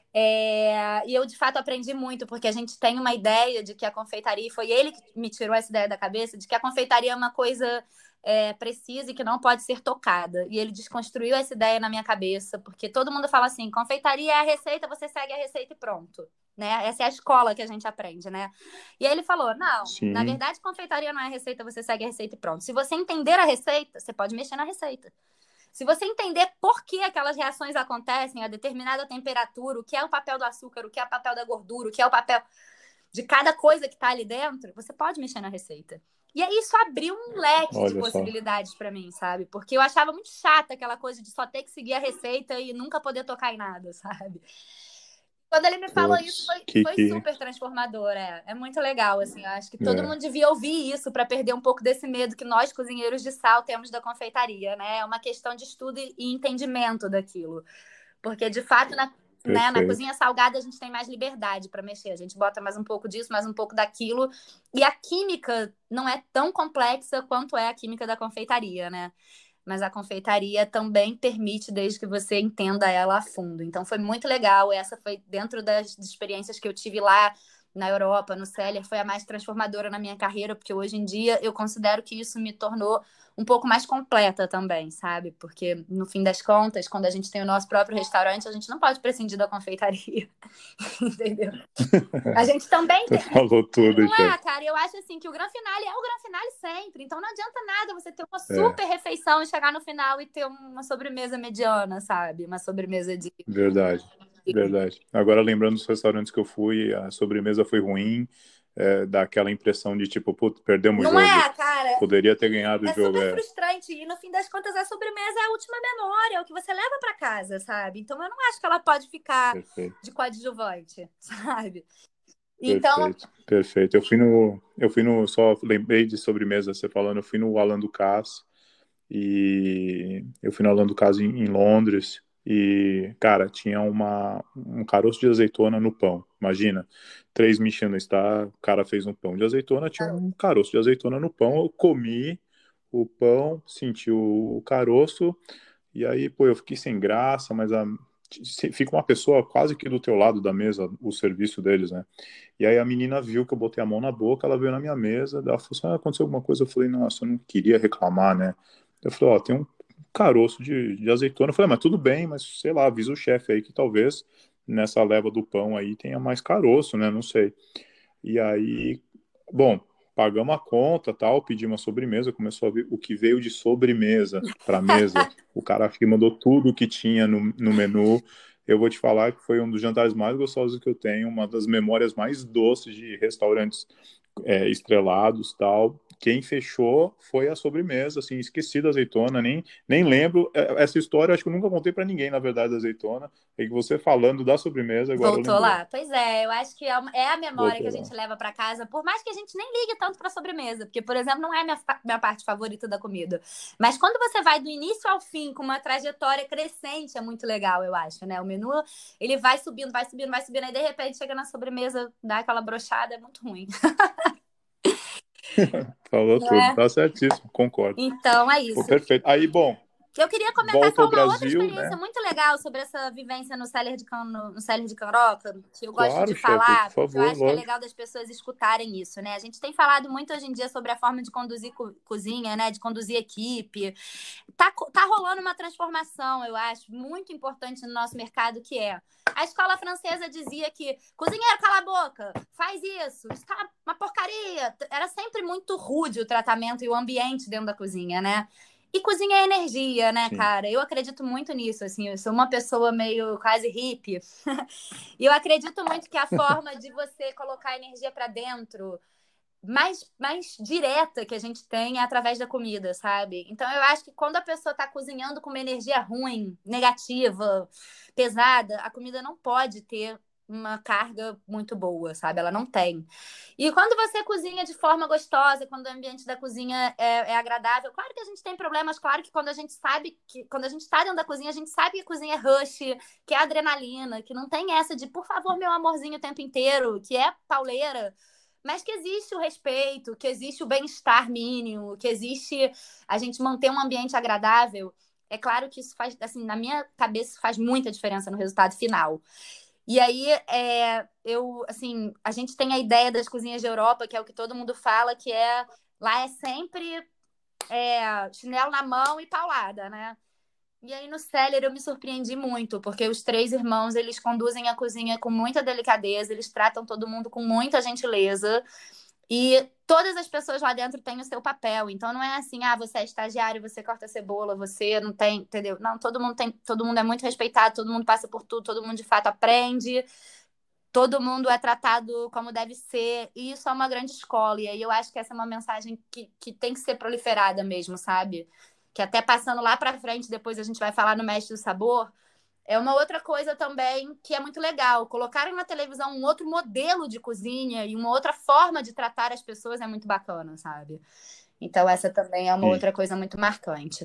É... E eu, de fato, aprendi muito, porque a gente tem uma ideia de que a confeitaria, foi ele que me tirou essa ideia da cabeça, de que a confeitaria é uma coisa é, precisa e que não pode ser tocada. E ele desconstruiu essa ideia na minha cabeça, porque todo mundo fala assim, confeitaria é a receita, você segue a receita e pronto. Né? Essa é a escola que a gente aprende, né? E aí ele falou, não, na Sim. verdade, confeitaria não é a receita, você segue a receita e pronto. Se você entender a receita, você pode mexer na receita. Se você entender por que aquelas reações acontecem a determinada temperatura, o que é o papel do açúcar, o que é o papel da gordura, o que é o papel de cada coisa que está ali dentro, você pode mexer na receita. E aí isso abriu um leque de Olha só. possibilidades para mim, sabe? Porque eu achava muito chata aquela coisa de só ter que seguir a receita e nunca poder tocar em nada, sabe? Quando ele me falou isso, Putz, foi, que, foi que... super transformador. É, é muito legal, assim. Eu acho que todo É, mundo devia ouvir isso para perder um pouco desse medo que nós, cozinheiros de sal, temos da confeitaria, né? É uma questão de estudo e entendimento daquilo. Porque, de fato, na, né, na perfeito. cozinha salgada, a gente tem mais liberdade para mexer. A gente bota mais um pouco disso, mais um pouco daquilo. E a química não é tão complexa quanto é a química da confeitaria, né? mas a confeitaria também permite, desde que você entenda ela a fundo. Então foi muito legal. Essa foi dentro das experiências que eu tive lá na Europa, no Cellar, foi a mais transformadora na minha carreira, porque hoje em dia eu considero que isso me tornou um pouco mais completa também, sabe? Porque, no fim das contas, quando a gente tem o nosso próprio restaurante, a gente não pode prescindir da confeitaria, entendeu? A gente também Você tem... falou tudo, Não é, chefe. cara? Eu acho assim que o grande finale é o grande finale sempre. Então não adianta nada você ter uma É, super refeição e chegar no final e ter uma sobremesa mediana, sabe? Uma sobremesa de... verdade, verdade. Agora, lembrando dos restaurantes que eu fui, a sobremesa foi ruim, é, dá aquela impressão de tipo, putz, perdemos o Não jogo. é, cara? Poderia ter ganhado o É jogo, super é. frustrante. E no fim das contas, a sobremesa é a última memória, é o que você leva pra casa, sabe? Então eu não acho que ela pode ficar Perfeito, de coadjuvante, sabe? Então, perfeito, perfeito. Eu fui no, eu fui no, só lembrei de sobremesa, você falando, eu fui no Alain Ducasse, e eu fui no Alain Ducasse em, em Londres, e, cara, tinha uma, um caroço de azeitona no pão. Imagina, três Michelin Star, o cara fez um pão de azeitona, tinha um caroço de azeitona no pão, eu comi o pão, senti o, o caroço, e aí, pô, eu fiquei sem graça, mas a, fica uma pessoa quase que do teu lado da mesa, o serviço deles, né? E aí a menina viu que eu botei a mão na boca, ela veio na minha mesa, ela falou assim, ah, aconteceu alguma coisa? Eu falei, nossa, eu não queria reclamar, né? Eu falei, ó, tem um caroço de, de azeitona. Eu falei, mas tudo bem, mas sei lá, avisa o chefe aí que talvez nessa leva do pão aí tenha mais caroço, né? Não sei. E aí, bom, pagamos a conta, tal, pedimos uma sobremesa, começou a ver o que veio de sobremesa para mesa. O cara acho que mandou tudo que tinha no, no menu. Eu vou te falar que foi um dos jantares mais gostosos que eu tenho, uma das memórias mais doces de restaurantes é, estrelados, tal. Quem fechou foi a sobremesa, assim, esqueci da azeitona, nem, nem lembro. Essa história eu acho que eu nunca contei para ninguém, na verdade, da azeitona. É que você falando da sobremesa, agora eu voltou lembrei. lá. Pois é, eu acho que é uma- é a memória que a Voltou lá. gente leva pra casa, por mais que a gente nem ligue tanto pra sobremesa, porque, por exemplo, não é minha, fa- minha parte favorita da comida. Mas quando você vai do início ao fim com uma trajetória crescente, é muito legal, eu acho, né? O menu, ele vai subindo, vai subindo, vai subindo, aí de repente chega na sobremesa, dá aquela brochada, é muito ruim. Falou Não tudo, é? tá certíssimo, concordo. Então é Pô, isso. perfeito. Aí, bom, Eu queria comentar volta só ao uma outra Brasil, experiência né? muito legal sobre essa vivência no Cellar de, Can... no Cellar de Canroca, que eu gosto de Claro, chefe, por falar, porque eu favor, acho que é lógico. legal das pessoas escutarem isso, né? A gente tem falado muito hoje em dia sobre a forma de conduzir co- cozinha, né? De conduzir equipe. Tá, co- tá rolando uma transformação, eu acho, muito importante no nosso mercado, que é a escola francesa dizia que cozinheiro, cala a boca, faz isso, isso tá uma porcaria. Era sempre muito rude o tratamento e o ambiente dentro da cozinha, né? E cozinha é energia, né, Sim. cara? Eu acredito muito nisso, assim, eu sou uma pessoa meio quase hippie. E eu acredito muito que a forma de você colocar energia para dentro mais, mais direta que a gente tem é através da comida, sabe? Então eu acho que quando a pessoa está cozinhando com uma energia ruim, negativa, pesada, a comida não pode ter uma carga muito boa, sabe? Ela não tem. E quando você cozinha de forma gostosa, quando o ambiente da cozinha é, é agradável, claro que a gente tem problemas, claro que quando a gente sabe que quando a gente está dentro da cozinha, a gente sabe que a cozinha é rush, que é adrenalina, que não tem essa de por favor, meu amorzinho o tempo inteiro, que é pauleira, mas que existe o respeito, que existe o bem-estar mínimo, que existe a gente manter um ambiente agradável. É claro que isso faz, assim, na minha cabeça, faz muita diferença no resultado final. E aí, é, eu, assim, a gente tem a ideia das cozinhas de Europa, que é o que todo mundo fala, que é lá é sempre é, chinelo na mão e paulada, né? E aí no Cellar eu me surpreendi muito, porque os três irmãos, eles conduzem a cozinha com muita delicadeza, eles tratam todo mundo com muita gentileza, e todas as pessoas lá dentro têm o seu papel. Então não é assim, ah, você é estagiário, você corta cebola, você não tem, entendeu? Não, todo mundo tem, todo mundo é muito respeitado, todo mundo passa por tudo, todo mundo de fato aprende, todo mundo é tratado como deve ser, e isso é uma grande escola. E aí eu acho que essa é uma mensagem que, que tem que ser proliferada mesmo, sabe? Que até passando lá para frente, depois a gente vai falar no Mestre do Sabor, é uma outra coisa também que é muito legal. Colocarem na televisão um outro modelo de cozinha e uma outra forma de tratar as pessoas é muito bacana, sabe? Então essa também é uma Sim. outra coisa muito marcante.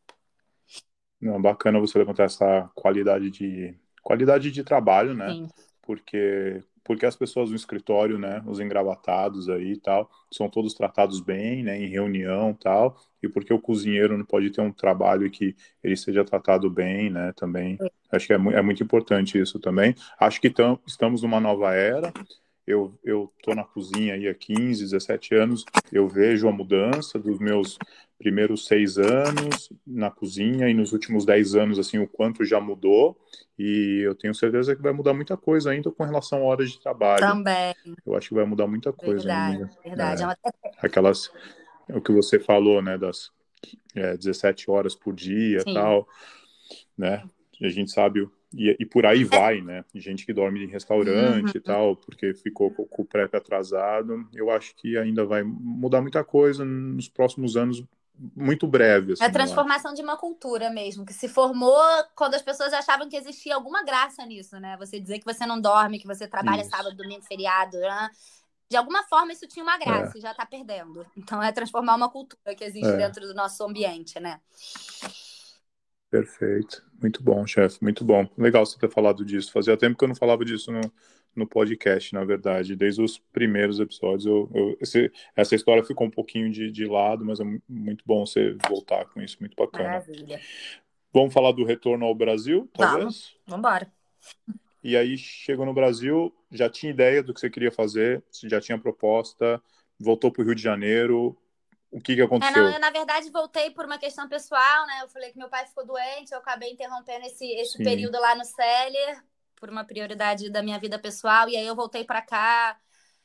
Não, bacana você levantar essa qualidade de qualidade de trabalho, né? Sim. Porque porque as pessoas no escritório, né, os engravatados aí e tal, são todos tratados bem, né, em reunião e tal, e e por que o cozinheiro não pode ter um trabalho que ele seja tratado bem, né, também. Acho que é, mu é muito importante isso também. Acho que tam, estamos numa nova era. Eu eu tô na cozinha aí há quinze, dezessete anos, eu vejo a mudança dos meus primeiros seis anos na cozinha e nos últimos dez anos, assim, o quanto já mudou, e eu tenho certeza que vai mudar muita coisa ainda com relação a horas de trabalho. Também, Eu acho que vai mudar muita coisa verdade, ainda. verdade. É É, uma... aquelas, o que você falou, né, das é, dezessete horas por dia, Sim. tal, né? A gente sabe, e, e por aí vai, né? Gente que dorme em restaurante e Uhum. tal, porque ficou com, com o prep atrasado. Eu acho que ainda vai mudar muita coisa nos próximos anos, muito breve, É a assim, eu acho. transformação de uma cultura mesmo, que se formou quando as pessoas achavam que existia alguma graça nisso, né? Você dizer que você não dorme, que você trabalha Isso. sábado, domingo, feriado, né? De alguma forma isso tinha uma É, graça e já tá perdendo. Então é transformar uma cultura que existe é, dentro do nosso ambiente, né? perfeito. Muito bom, chefe, muito bom. Legal você ter falado disso. Fazia tempo que eu não falava disso no, no podcast, na verdade. Desde os primeiros episódios, eu, eu, esse, essa história ficou um pouquinho de, de lado, mas é muito bom você voltar com isso, muito bacana. Maravilha. Vamos falar do retorno ao Brasil, Vamos, talvez? vamos embora. E aí chegou no Brasil, já tinha ideia do que você queria fazer, você já tinha proposta, voltou para o Rio de Janeiro. O que, que É, não, aconteceu? eu na verdade voltei por uma questão pessoal, né? Eu falei que meu pai ficou doente, eu acabei interrompendo esse, esse Sim, período lá no Celler por uma prioridade da minha vida pessoal, e aí eu voltei para cá.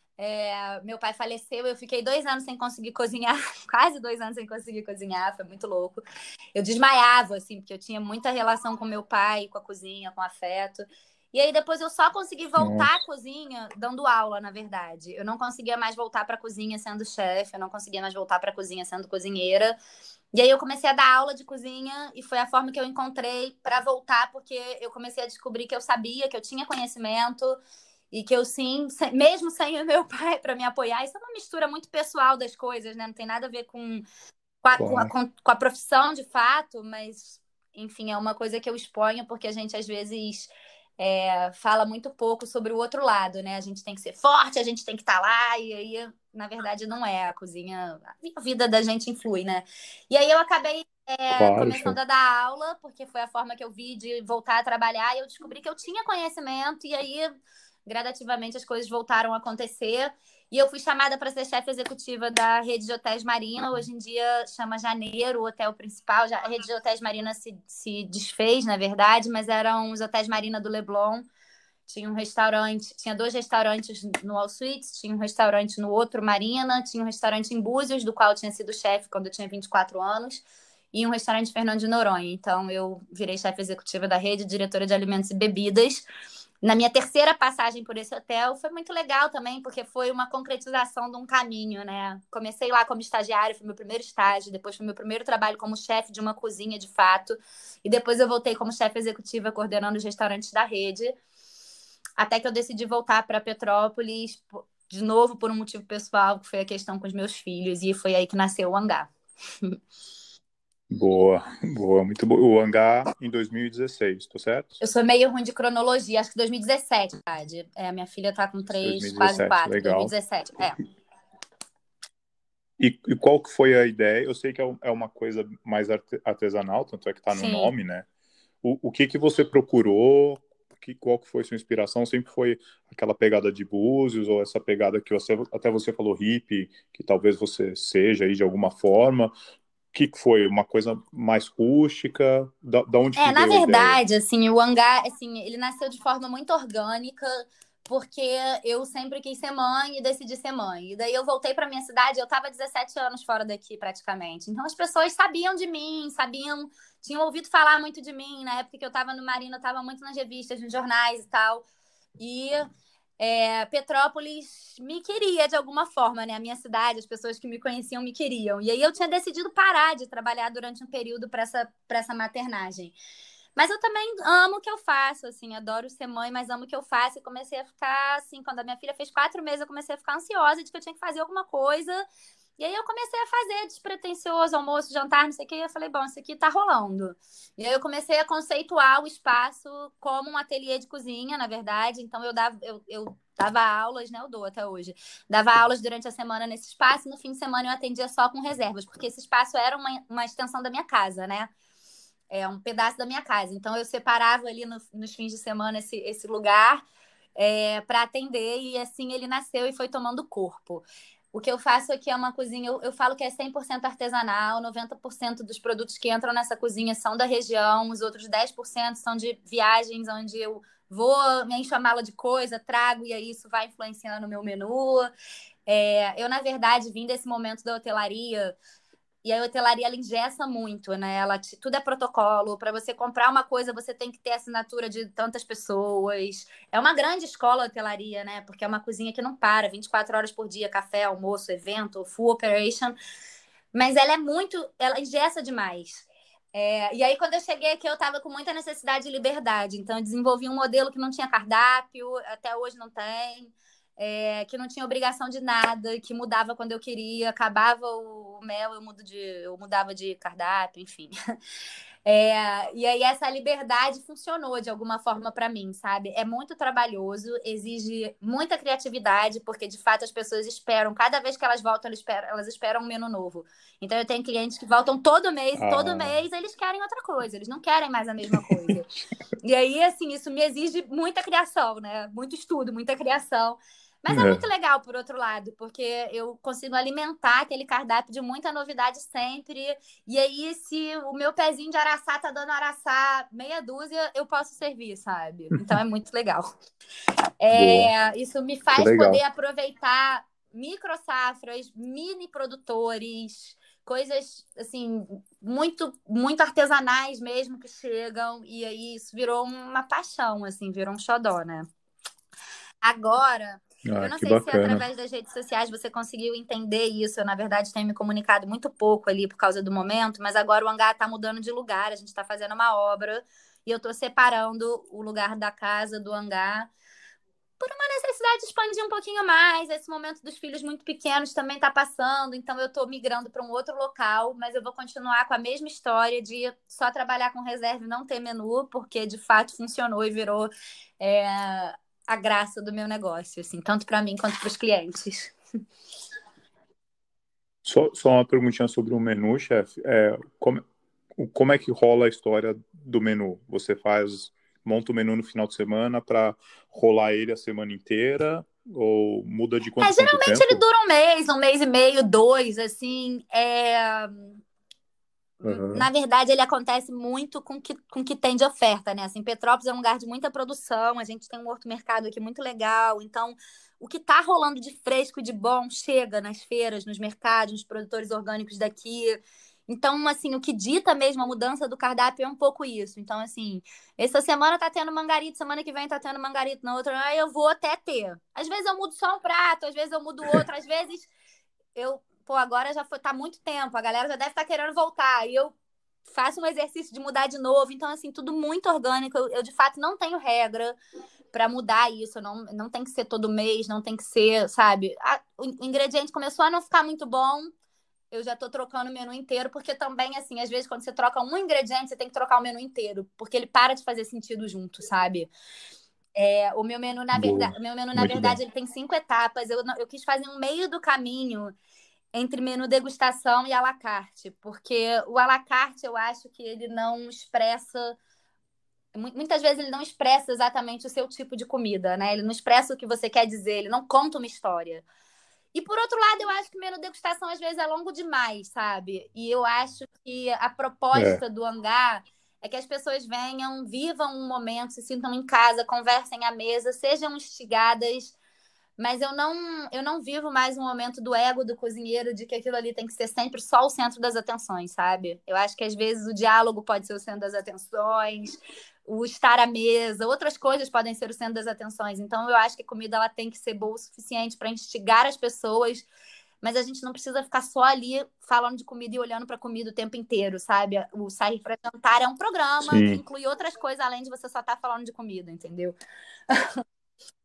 É, meu pai faleceu, eu fiquei dois anos sem conseguir cozinhar, quase dois anos sem conseguir cozinhar, foi muito louco. Eu desmaiava, assim, porque eu tinha muita relação com meu pai, com a cozinha, com afeto. E aí depois eu só consegui voltar à nossa, cozinha dando aula, na verdade. Eu não conseguia mais voltar para a cozinha sendo chefe, eu não conseguia mais voltar para a cozinha sendo cozinheira. E aí eu comecei a dar aula de cozinha e foi a forma que eu encontrei para voltar, porque eu comecei a descobrir que eu sabia, que eu tinha conhecimento e que eu sim, mesmo sem o meu pai para me apoiar, isso é uma mistura muito pessoal das coisas, né? Não tem nada a ver com, com, a, com, a, claro, com a profissão de fato, mas enfim, é uma coisa que eu exponho porque a gente às vezes é, fala muito pouco sobre o outro lado, né? A gente tem que ser forte, a gente tem que estar lá, e aí, na verdade, não é. A cozinha, a vida da gente influi, né? E aí eu acabei é, claro, começando chefe. a dar aula, porque foi a forma que eu vi de voltar a trabalhar, e eu descobri que eu tinha conhecimento, e aí, gradativamente, as coisas voltaram a acontecer. E eu fui chamada para ser chefe executiva da rede de hotéis Marina. Hoje em dia chama Janeiro, o hotel principal. Já, a rede de hotéis Marina se, se desfez, na verdade, mas eram os hotéis Marina do Leblon. Tinha um restaurante, tinha dois restaurantes no All Suites, tinha um restaurante no outro Marina, tinha um restaurante em Búzios, do qual eu tinha sido chefe quando eu tinha vinte e quatro anos, e um restaurante em Fernando de Noronha. Então eu virei chefe executiva da rede, diretora de alimentos e bebidas. Na minha terceira passagem por esse hotel foi muito legal também, porque foi uma concretização de um caminho, né? Comecei lá como estagiária, foi meu primeiro estágio, depois foi meu primeiro trabalho como chefe de uma cozinha de fato, e depois eu voltei como chefe executiva coordenando os restaurantes da rede, até que eu decidi voltar para Petrópolis de novo por um motivo pessoal, que foi a questão com os meus filhos, e foi aí que nasceu o Hangar. Boa, boa, muito boa. O Hangar em dois mil e dezesseis, tô certo? Eu sou meio ruim de cronologia, acho que dois mil e dezessete, verdade. É, a minha filha tá com três, quase dois mil e dezessete, quatro, legal. dois mil e dezessete. É. E, e qual que foi a ideia? Eu sei que é, é uma coisa mais artesanal, tanto é que tá no Sim. nome, né? O, o que que você procurou? Que, qual que foi sua inspiração? Sempre foi aquela pegada de Búzios ou essa pegada que você até você falou hippie, que talvez você seja aí de alguma forma? O que que foi? Uma coisa mais rústica? Da, da onde É, que na veio a ideia? verdade, assim, o hangar, assim, ele nasceu de forma muito orgânica, porque eu sempre quis ser mãe e decidi ser mãe. E daí eu voltei para minha cidade, eu estava dezessete anos fora daqui praticamente. Então as pessoas sabiam de mim, sabiam, tinham ouvido falar muito de mim, na época que eu estava no Marina, eu estava muito nas revistas, nos jornais e tal. E é, Petrópolis me queria de alguma forma, né? A minha cidade, as pessoas que me conheciam me queriam. E aí eu tinha decidido parar de trabalhar durante um período para essa, para essa maternagem. Mas eu também amo o que eu faço, assim, adoro ser mãe, mas amo o que eu faço. E comecei a ficar, assim, quando a minha filha fez quatro meses, eu comecei a ficar ansiosa de que eu tinha que fazer alguma coisa. E aí eu comecei a fazer despretensioso, almoço, jantar, não sei o que, e eu falei, bom, isso aqui tá rolando. E aí eu comecei a conceituar o espaço como um ateliê de cozinha, na verdade. Então eu dava, eu, eu dava aulas, né? Eu dou até hoje. Dava aulas durante a semana nesse espaço, e no fim de semana eu atendia só com reservas, porque esse espaço era uma, uma extensão da minha casa, né? É um pedaço da minha casa. Então eu separava ali no, nos fins de semana esse, esse lugar é, para atender, e assim ele nasceu e foi tomando corpo. O que eu faço aqui é uma cozinha, eu, eu falo que é cem por cento artesanal, noventa por cento dos produtos que entram nessa cozinha são da região, os outros dez por cento são de viagens onde eu vou, me encho a mala de coisa, trago, e aí isso vai influenciando o meu menu. É, eu, na verdade, vim desse momento da hotelaria, e a hotelaria ela engessa muito, né? Ela, tudo é protocolo. Para você comprar uma coisa, você tem que ter assinatura de tantas pessoas. É uma grande escola a hotelaria, né? Porque é uma cozinha que não para, vinte e quatro horas por dia, café, almoço, evento, full operation. Mas ela é muito, ela engessa demais. É, e aí, quando eu cheguei aqui, eu estava com muita necessidade de liberdade. Então, eu desenvolvi um modelo que não tinha cardápio, até hoje não tem. É, que não tinha obrigação de nada, que mudava quando eu queria, acabava o mel, eu, mudo de, eu mudava de cardápio, enfim. É, e aí essa liberdade funcionou de alguma forma para mim, sabe? É muito trabalhoso, exige muita criatividade, porque de fato as pessoas esperam, cada vez que elas voltam, elas esperam, elas esperam um menu novo. Então eu tenho clientes que voltam todo mês, e todo Ah, mês eles querem outra coisa, eles não querem mais a mesma coisa. E aí, assim, isso me exige muita criação, né? Muito estudo, muita criação. Mas é muito é. legal, por outro lado, porque eu consigo alimentar aquele cardápio de muita novidade sempre. E aí, se o meu pezinho de araçá tá dando araçá meia dúzia, eu posso servir, sabe? Então é muito legal. Boa, É, isso me que faz poder legal. aproveitar micro safras, mini produtores, coisas assim muito muito artesanais mesmo que chegam, e aí isso virou uma paixão, assim, virou um xodó, né? Agora, eu Ah, não que sei se bacana. através das redes sociais você conseguiu entender isso. Eu, na verdade, tenho me comunicado muito pouco ali por causa do momento, mas agora o hangar está mudando de lugar, a gente está fazendo uma obra e eu estou separando o lugar da casa do hangar por uma necessidade de expandir um pouquinho mais. Esse momento dos filhos muito pequenos também está passando, então eu estou migrando para um outro local, mas eu vou continuar com a mesma história de só trabalhar com reserva e não ter menu, porque de fato funcionou e virou é, a graça do meu negócio, assim, tanto para mim quanto para os clientes. Só, só uma perguntinha sobre o menu, chefe. É, como, como é que rola a história do menu? Você faz, monta o menu no final de semana para rolar ele a semana inteira? Ou muda de É, quanto em quanto geralmente ele tempo? dura um mês, um mês e meio, dois, assim. É... Na Uhum. verdade, ele acontece muito com que, com que tem de oferta, né? Assim, Petrópolis é um lugar de muita produção, a gente tem um horto-mercado aqui muito legal, então o que está rolando de fresco e de bom chega nas feiras, nos mercados, nos produtores orgânicos daqui. Então, assim, o que dita mesmo a mudança do cardápio é um pouco isso. Então, assim, essa semana tá tendo mangarito, semana que vem tá tendo mangarito, na outra, aí eu vou até ter. Às vezes eu mudo só um prato, às vezes eu mudo outro, às vezes eu, pô, agora já foi, tá muito tempo, a galera já deve estar querendo voltar. E eu faço um exercício de mudar de novo. Então, assim, tudo muito orgânico. Eu, eu de fato, não tenho regra para mudar isso. Não, não tem que ser todo mês, não tem que ser, sabe? A, o, o ingrediente começou a não ficar muito bom. Eu já tô trocando o menu inteiro, porque também, assim, às vezes, quando você troca um ingrediente, você tem que trocar o menu inteiro, porque ele para de fazer sentido junto, sabe? É, o meu menu, na Boa, verdade, meu menu, na muito verdade, bom. ele tem cinco etapas. Eu, eu quis fazer um meio do caminho entre menu degustação e à la carte, porque o à la carte eu acho que ele não expressa, muitas vezes ele não expressa exatamente o seu tipo de comida, né? Ele não expressa o que você quer dizer, ele não conta uma história. E por outro lado, eu acho que o menu degustação às vezes é longo demais, sabe? E eu acho que a É, proposta do hangar é que as pessoas venham, vivam um momento, se sintam em casa, conversem à mesa, sejam instigadas, mas eu não, eu não vivo mais um momento do ego do cozinheiro, de que aquilo ali tem que ser sempre só o centro das atenções, sabe? Eu acho que às vezes o diálogo pode ser o centro das atenções, o estar à mesa, outras coisas podem ser o centro das atenções. Então eu acho que a comida ela tem que ser boa o suficiente para instigar as pessoas, mas a gente não precisa ficar só ali falando de comida e olhando para comida o tempo inteiro, sabe? O sair para jantar é um programa que sim. inclui outras coisas além de você só estar falando de comida, entendeu?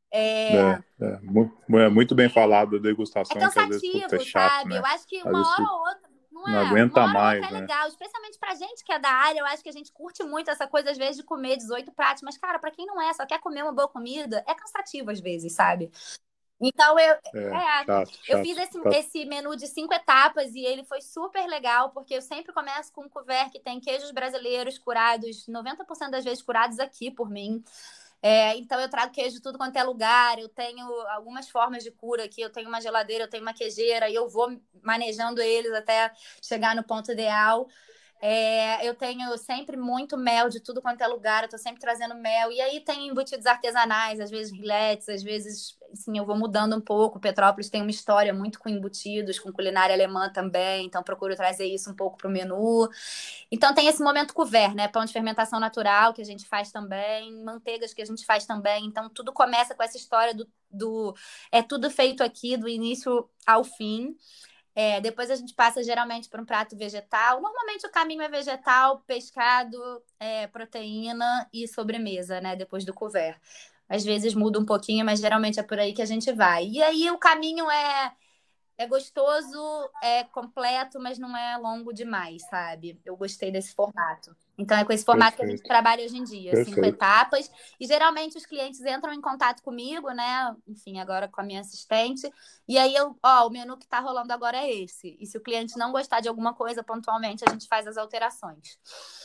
É, é, mu- é muito bem falado a É degustação, que às vezes, puta, é cansativo, chato, sabe? né? Eu acho que Às uma vezes hora tu ou outra, não não é? Uma aguenta hora ou outra mais, é né? legal, especialmente pra gente que é da área. Eu acho que a gente curte muito essa coisa, às vezes, de comer dezoito pratos. Mas, cara, pra quem não é, só quer comer uma boa comida, é cansativo às vezes, sabe? Então, eu, É, é, chato, eu fiz chato. esse, Tá. esse menu de cinco etapas e ele foi super legal, porque eu sempre começo com um couvert que tem queijos brasileiros curados, noventa por cento das vezes curados aqui por mim. É, então eu trago queijo de tudo quanto é lugar, eu tenho algumas formas de cura aqui, eu tenho uma geladeira, eu tenho uma queijeira, e eu vou manejando eles até chegar no ponto ideal. É, eu tenho sempre muito mel de tudo quanto é lugar, eu tô sempre trazendo mel. E aí tem embutidos artesanais, às vezes riletes, às vezes, assim, eu vou mudando um pouco. Petrópolis tem uma história muito com embutidos, com culinária alemã também, então procuro trazer isso um pouco pro menu. Então tem esse momento couvert, né? Pão de fermentação natural que a gente faz também, manteigas que a gente faz também. Então tudo começa com essa história do, do é tudo feito aqui, do início ao fim. É, depois a gente passa geralmente para um prato vegetal. Normalmente o caminho é vegetal, pescado, é, proteína e sobremesa, né? Depois do couvert. Às vezes muda um pouquinho, mas geralmente é por aí que a gente vai. E aí o caminho é, é gostoso, é completo, mas não é longo demais, sabe? Eu gostei desse formato. Então é com esse formato que a gente Perfeito, trabalha hoje em dia, cinco perfeito. etapas. E geralmente os clientes entram em contato comigo, né? Enfim, agora com a minha assistente. E aí eu, ó, o menu que tá rolando agora é esse. E se o cliente não gostar de alguma coisa pontualmente, a gente faz as alterações.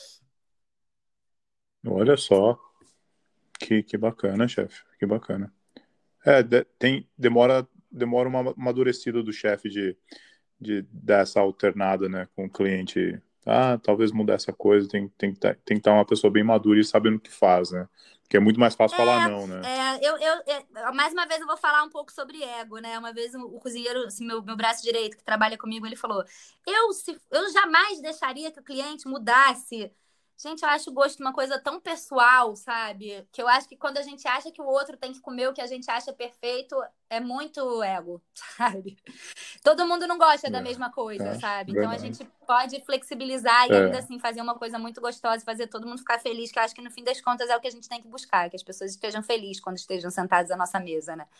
Olha só, que, que bacana, chefe, que bacana. É, de- tem, demora, demora uma amadurecida do chefe de, de dar essa alternada, né, com o cliente. Ah, talvez mudar essa coisa, tem, tem, que tá- tem que estar uma pessoa bem madura e sabendo o que faz, né? Porque é muito mais fácil falar não, né? É, eu, eu, eu- mais uma vez eu vou falar um pouco sobre ego, né? Uma vez o, o cozinheiro, assim, meu, meu braço direito, que trabalha comigo, ele falou: eu, se, eu jamais deixaria que o cliente mudasse. Gente, eu acho o gosto uma coisa tão pessoal, sabe? Que eu acho que quando a gente acha que o outro tem que comer o que a gente acha perfeito, é muito ego, sabe? Todo mundo não gosta da mesma É, coisa, é, sabe? Então a verdade. gente pode flexibilizar e ainda É, assim fazer uma coisa muito gostosa, fazer todo mundo ficar feliz, que eu acho que no fim das contas é o que a gente tem que buscar, que as pessoas estejam felizes quando estejam sentadas à nossa mesa, né?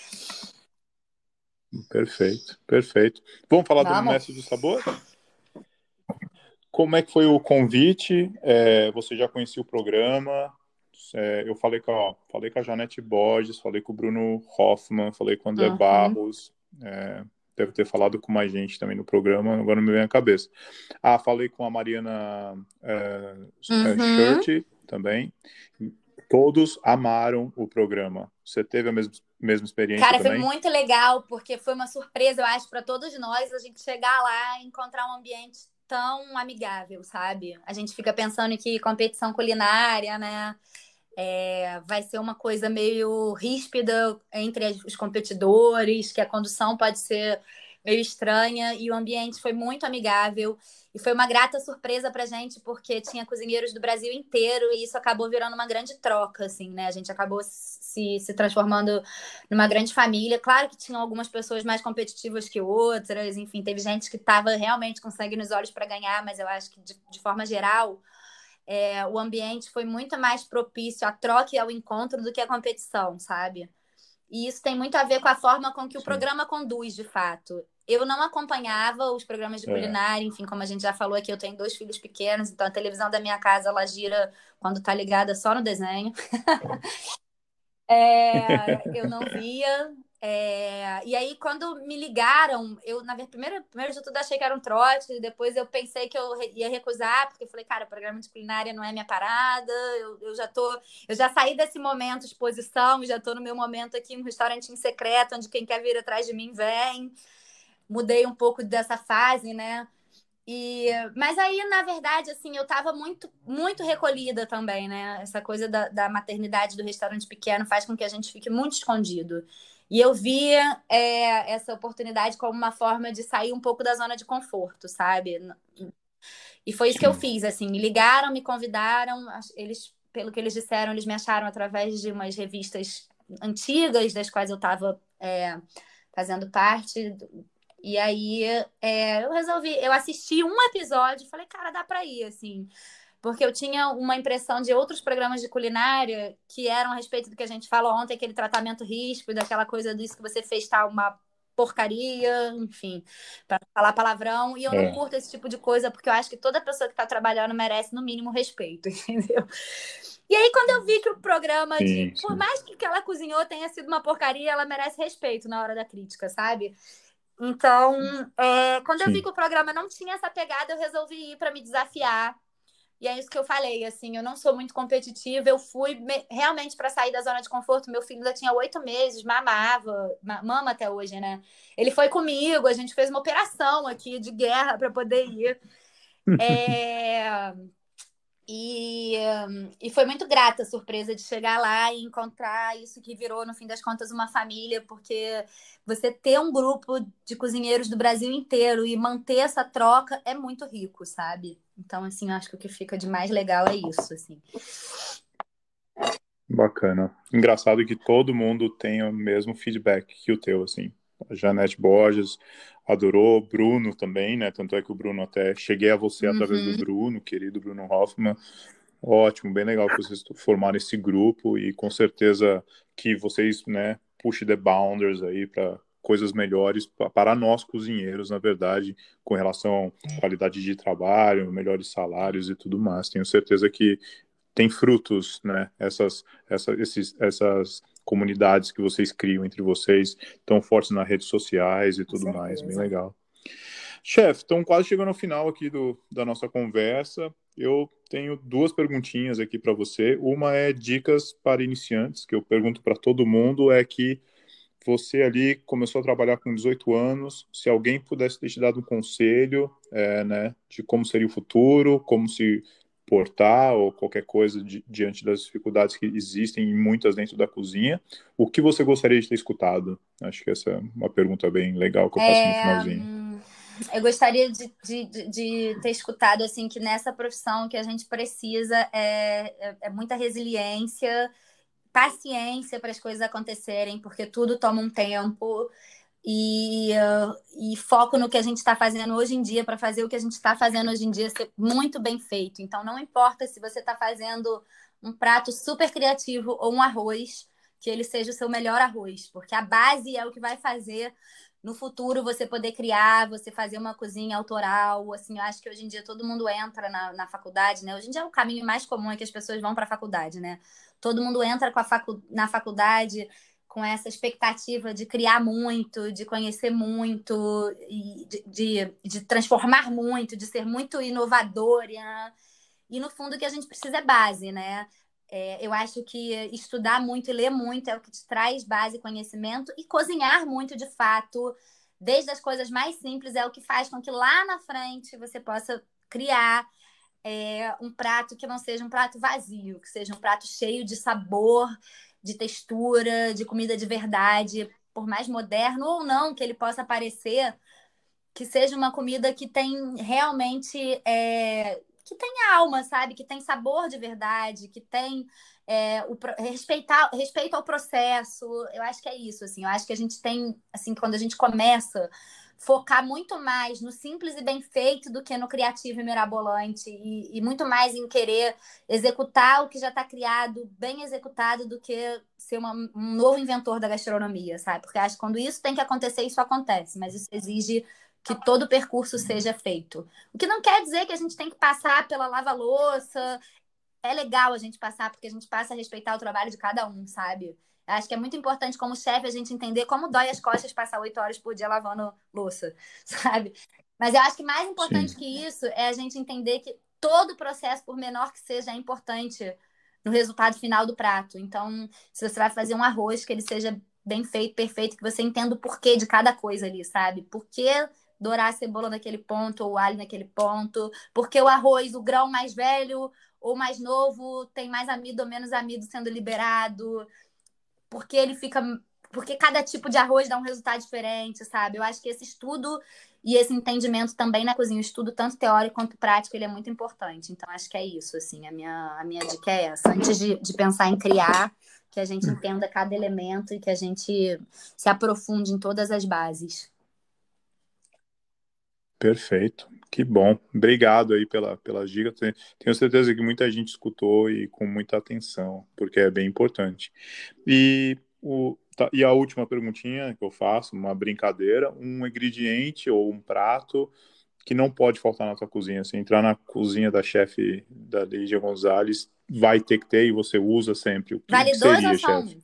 perfeito, perfeito. Vamos falar do Vamos? Mestre do Sabor? Como é que foi o convite? É, você já conhecia o programa? É, eu falei com, a, falei com a Janete Borges, falei com o Bruno Hoffman, falei com o André Uhum. Barros, é, deve ter falado com mais gente também no programa, agora não me vem à cabeça. Ah, falei com a Mariana é, é, Uhum. Shirt também. Todos amaram o programa. Você teve a mesma, mesma experiência Cara, foi também? muito legal, porque foi uma surpresa, eu acho, para todos nós, a gente chegar lá e encontrar um ambiente tão amigável, sabe? A gente fica pensando que competição culinária, né? É, vai ser uma coisa meio ríspida entre os competidores, que a condução pode ser meio estranha, e o ambiente foi muito amigável. E foi uma grata surpresa pra gente, porque tinha cozinheiros do Brasil inteiro, e isso acabou virando uma grande troca, assim, né? A gente acabou se, se transformando numa grande família. Claro que tinham algumas pessoas mais competitivas que outras, enfim, teve gente que estava realmente com sangue nos olhos para ganhar, mas eu acho que, de, de forma geral, é, o ambiente foi muito mais propício à troca e ao encontro do que à competição, sabe? E isso tem muito a ver com a forma com que o Sim. programa conduz, de fato. Eu não acompanhava os programas de É. culinária, enfim, como a gente já falou aqui, eu tenho dois filhos pequenos, então a televisão da minha casa ela gira quando tá ligada só no desenho. É, eu não via. É, e aí, quando me ligaram, eu, na verdade, primeiro, primeiro de tudo, achei que era um trote, depois eu pensei que eu ia recusar, porque eu falei, cara, programa de culinária não é minha parada, eu, eu já tô, eu já saí desse momento de exposição, já tô no meu momento aqui, um restaurantinho secreto, onde quem quer vir atrás de mim vem. Mudei um pouco dessa fase, né? E, mas aí, na verdade, assim, eu estava muito, muito recolhida também, né? Essa coisa da, da maternidade do restaurante pequeno faz com que a gente fique muito escondido. E eu via é, essa oportunidade como uma forma de sair um pouco da zona de conforto, sabe? E foi isso que eu Sim. fiz, assim, me ligaram, me convidaram, eles, pelo que eles disseram, eles me acharam através de umas revistas antigas, das quais eu estava é, fazendo parte. E aí é, eu resolvi, eu assisti um episódio e falei, cara, dá pra ir, assim. porque eu tinha uma impressão de outros programas de culinária que eram a respeito do que a gente falou ontem, aquele tratamento ríspido, aquela coisa disso que você fez tá uma porcaria, enfim, para falar palavrão, e eu não É, curto esse tipo de coisa, porque eu acho que toda pessoa que está trabalhando merece, no mínimo, respeito, entendeu? E aí, quando eu vi que o programa de, sim, por sim. mais que o que ela cozinhou tenha sido uma porcaria, ela merece respeito na hora da crítica, sabe? Então, é, quando eu vi Sim. que o programa não tinha essa pegada, eu resolvi ir para me desafiar. E é isso que eu falei, assim, eu não sou muito competitiva, eu fui me- realmente para sair da zona de conforto. Meu filho ainda tinha oito meses, mamava, ma- mama até hoje, né? Ele foi comigo, a gente fez uma operação aqui de guerra para poder ir. É, E, hum, e foi muito grata a surpresa de chegar lá e encontrar isso que virou, no fim das contas, uma família, porque você ter um grupo de cozinheiros do Brasil inteiro e manter essa troca é muito rico, sabe? Então, assim, eu acho que o que fica de mais legal é isso, assim. Bacana. Engraçado que todo mundo tem o mesmo feedback que o teu, assim. A Janete Borges adorou, Bruno também, né? Tanto é que o Bruno até cheguei a você através do Uhum. Bruno, querido Bruno Hoffman. Ótimo, bem legal que vocês formaram esse grupo e com certeza que vocês, né, push the boundaries aí para coisas melhores para nós cozinheiros, na verdade, com relação à qualidade de trabalho, melhores salários e tudo mais. Tenho certeza que tem frutos, né? Essas, essa, esses, essas comunidades que vocês criam entre vocês, tão fortes nas redes sociais e Com tudo mais, bem certeza. legal. Chefe, estamos quase chegando ao final aqui do, da nossa conversa. Eu tenho duas perguntinhas aqui para você. Uma é dicas para iniciantes, que eu pergunto para todo mundo, é que você ali começou a trabalhar com dezoito anos, se alguém pudesse ter te dado um conselho, é, né, de como seria o futuro, como se portar ou qualquer coisa di diante das dificuldades que existem e muitas dentro da cozinha, o que você gostaria de ter escutado? Acho que essa é uma pergunta bem legal que eu faço no É, finalzinho. hum, eu gostaria de, de, de- de ter escutado assim que nessa profissão o que a gente precisa é, é, é muita resiliência, paciência para as coisas acontecerem, porque tudo toma um tempo e, uh, e foco no que a gente está fazendo hoje em dia para fazer o que a gente está fazendo hoje em dia ser muito bem feito. Então, não importa se você está fazendo um prato super criativo ou um arroz, que ele seja o seu melhor arroz, porque a base é o que vai fazer no futuro você poder criar, você fazer uma cozinha autoral. Assim, eu acho que hoje em dia todo mundo entra na, na faculdade, né? Hoje em dia é o caminho mais comum é que as pessoas vão para a faculdade, né? Todo mundo entra com a facu na faculdade com essa expectativa de criar muito, de conhecer muito, e de, de, de transformar muito, de ser muito inovadora. E, no fundo, o que a gente precisa é base, né? É, eu acho que estudar muito e ler muito é o que te traz base e conhecimento, e cozinhar muito, de fato, desde as coisas mais simples, é o que faz com que lá na frente você possa criar é, um prato que não seja um prato vazio, que seja um prato cheio de sabor, de textura, de comida de verdade, por mais moderno ou não que ele possa parecer, que seja uma comida que tem realmente é, que tem alma, sabe? Que tem sabor de verdade, que tem é, o respeitar respeito ao processo. Eu acho que é isso, assim. Eu acho que a gente tem, assim, quando a gente começa focar muito mais no simples e bem feito do que no criativo e mirabolante, e, e muito mais em querer executar o que já está criado, bem executado, do que ser uma, um novo inventor da gastronomia, sabe? Porque acho que quando isso tem que acontecer, isso acontece, mas isso exige que todo o percurso seja feito. O que não quer dizer que a gente tem que passar pela lava-louça. É legal a gente passar, porque a gente passa a respeitar o trabalho de cada um, sabe? Acho que é muito importante, como chefe, a gente entender como dói as costas passar oito horas por dia lavando louça, sabe? Mas eu acho que mais Sim, importante que isso é a gente entender que todo o processo, por menor que seja, é importante no resultado final do prato. Então, se você vai fazer um arroz, que ele seja bem feito, perfeito, que você entenda o porquê de cada coisa ali, sabe? Por que dourar a cebola naquele ponto, ou o alho naquele ponto, porque o arroz, o grão mais velho ou mais novo tem mais amido ou menos amido sendo liberado, porque ele fica. Porque cada tipo de arroz dá um resultado diferente, sabe? Eu acho que esse estudo e esse entendimento também na cozinha, o estudo tanto teórico quanto prático, ele é muito importante. Então, acho que é isso, assim, a minha, a minha dica é essa. Antes de, de pensar em criar, que a gente entenda cada elemento e que a gente se aprofunde em todas as bases. perfeito. Que bom. Obrigado aí pela, pelas dicas. Tenho tenho certeza que muita gente escutou e com muita atenção, porque é bem importante. E, o, tá, e a última perguntinha que eu faço, uma brincadeira, um ingrediente ou um prato que não pode faltar na tua cozinha. Se entrar na cozinha da chefe da Lígia Gonzalez, vai ter que ter e você usa sempre. O que, o Vale que dois ou seria, só chefe? um?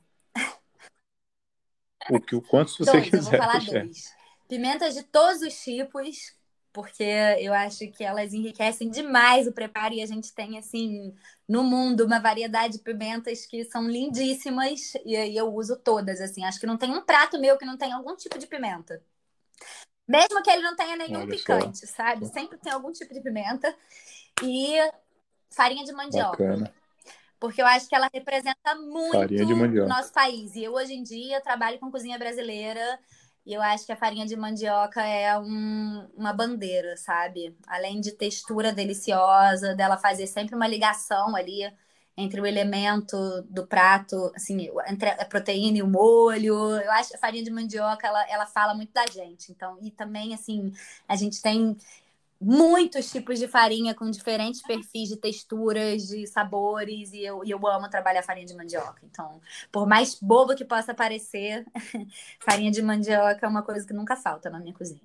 O que, o quanto você Dois, eu vou quiser, falar chefe. dois. Pimentas de todos os tipos, porque eu acho que elas enriquecem demais o preparo e a gente tem, assim, no mundo uma variedade de pimentas que são lindíssimas e aí eu uso todas, assim. Acho que não tem um prato meu que não tenha algum tipo de pimenta. Mesmo que ele não tenha nenhum Olha só, picante, sabe? Sempre tem algum tipo de pimenta. E farinha de mandioca. bacana. Porque eu acho que ela representa Farinha muito de o mandioca. nosso país. E eu, hoje em dia, trabalho com cozinha brasileira e eu acho que a farinha de mandioca é um- uma bandeira, sabe? Além de textura deliciosa, dela fazer sempre uma ligação ali entre o elemento do prato, assim, entre a proteína e o molho. Eu acho que a farinha de mandioca, ela, ela fala muito da gente. Então, e também, assim, a gente tem muitos tipos de farinha com diferentes perfis de texturas, de sabores, e eu, e eu amo trabalhar farinha de mandioca. Então, por mais bobo que possa parecer, farinha de mandioca é uma coisa que nunca falta na minha cozinha.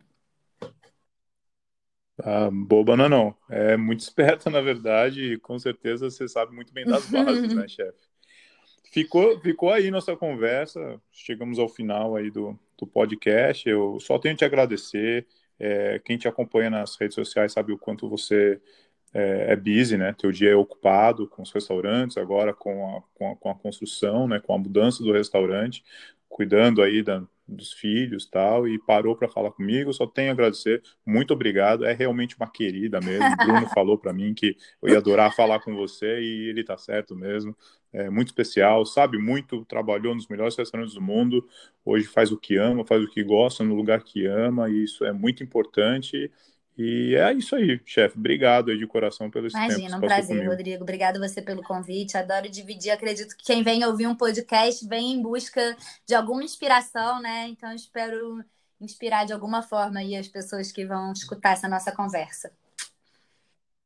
Ah, boba não, é não. É muito esperta, na verdade, e com certeza você sabe muito bem das bases, né, chefe? Ficou, ficou aí nossa conversa. Chegamos ao final aí do, do podcast. Eu só tenho que te agradecer. É, quem te acompanha nas redes sociais sabe o quanto você é, é busy, né? Teu dia é ocupado com os restaurantes, agora com a, com a, com a construção, né? Com a mudança do restaurante, cuidando aí da, dos filhos, tal, e parou para falar comigo. Só tenho a agradecer. Muito obrigado. É realmente uma querida mesmo. Bruno falou para mim que eu ia adorar falar com você e ele tá certo mesmo. É muito especial, sabe muito, trabalhou nos melhores restaurantes do mundo. Hoje faz o que ama, faz o que gosta no lugar que ama, e isso é muito importante. E é isso aí, chefe. Obrigado aí de coração pelo esse tempo que Imagina, você um passou prazer, comigo. Rodrigo. Obrigado você pelo convite. Adoro dividir. Acredito que quem vem ouvir um podcast vem em busca de alguma inspiração, né? Então, espero inspirar de alguma forma aí as pessoas que vão escutar essa nossa conversa.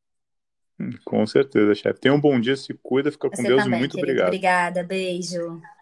Com certeza, chefe. Tenha um bom dia, se cuida, fica com Você Deus e também, muito querido. obrigado. Obrigada. Beijo.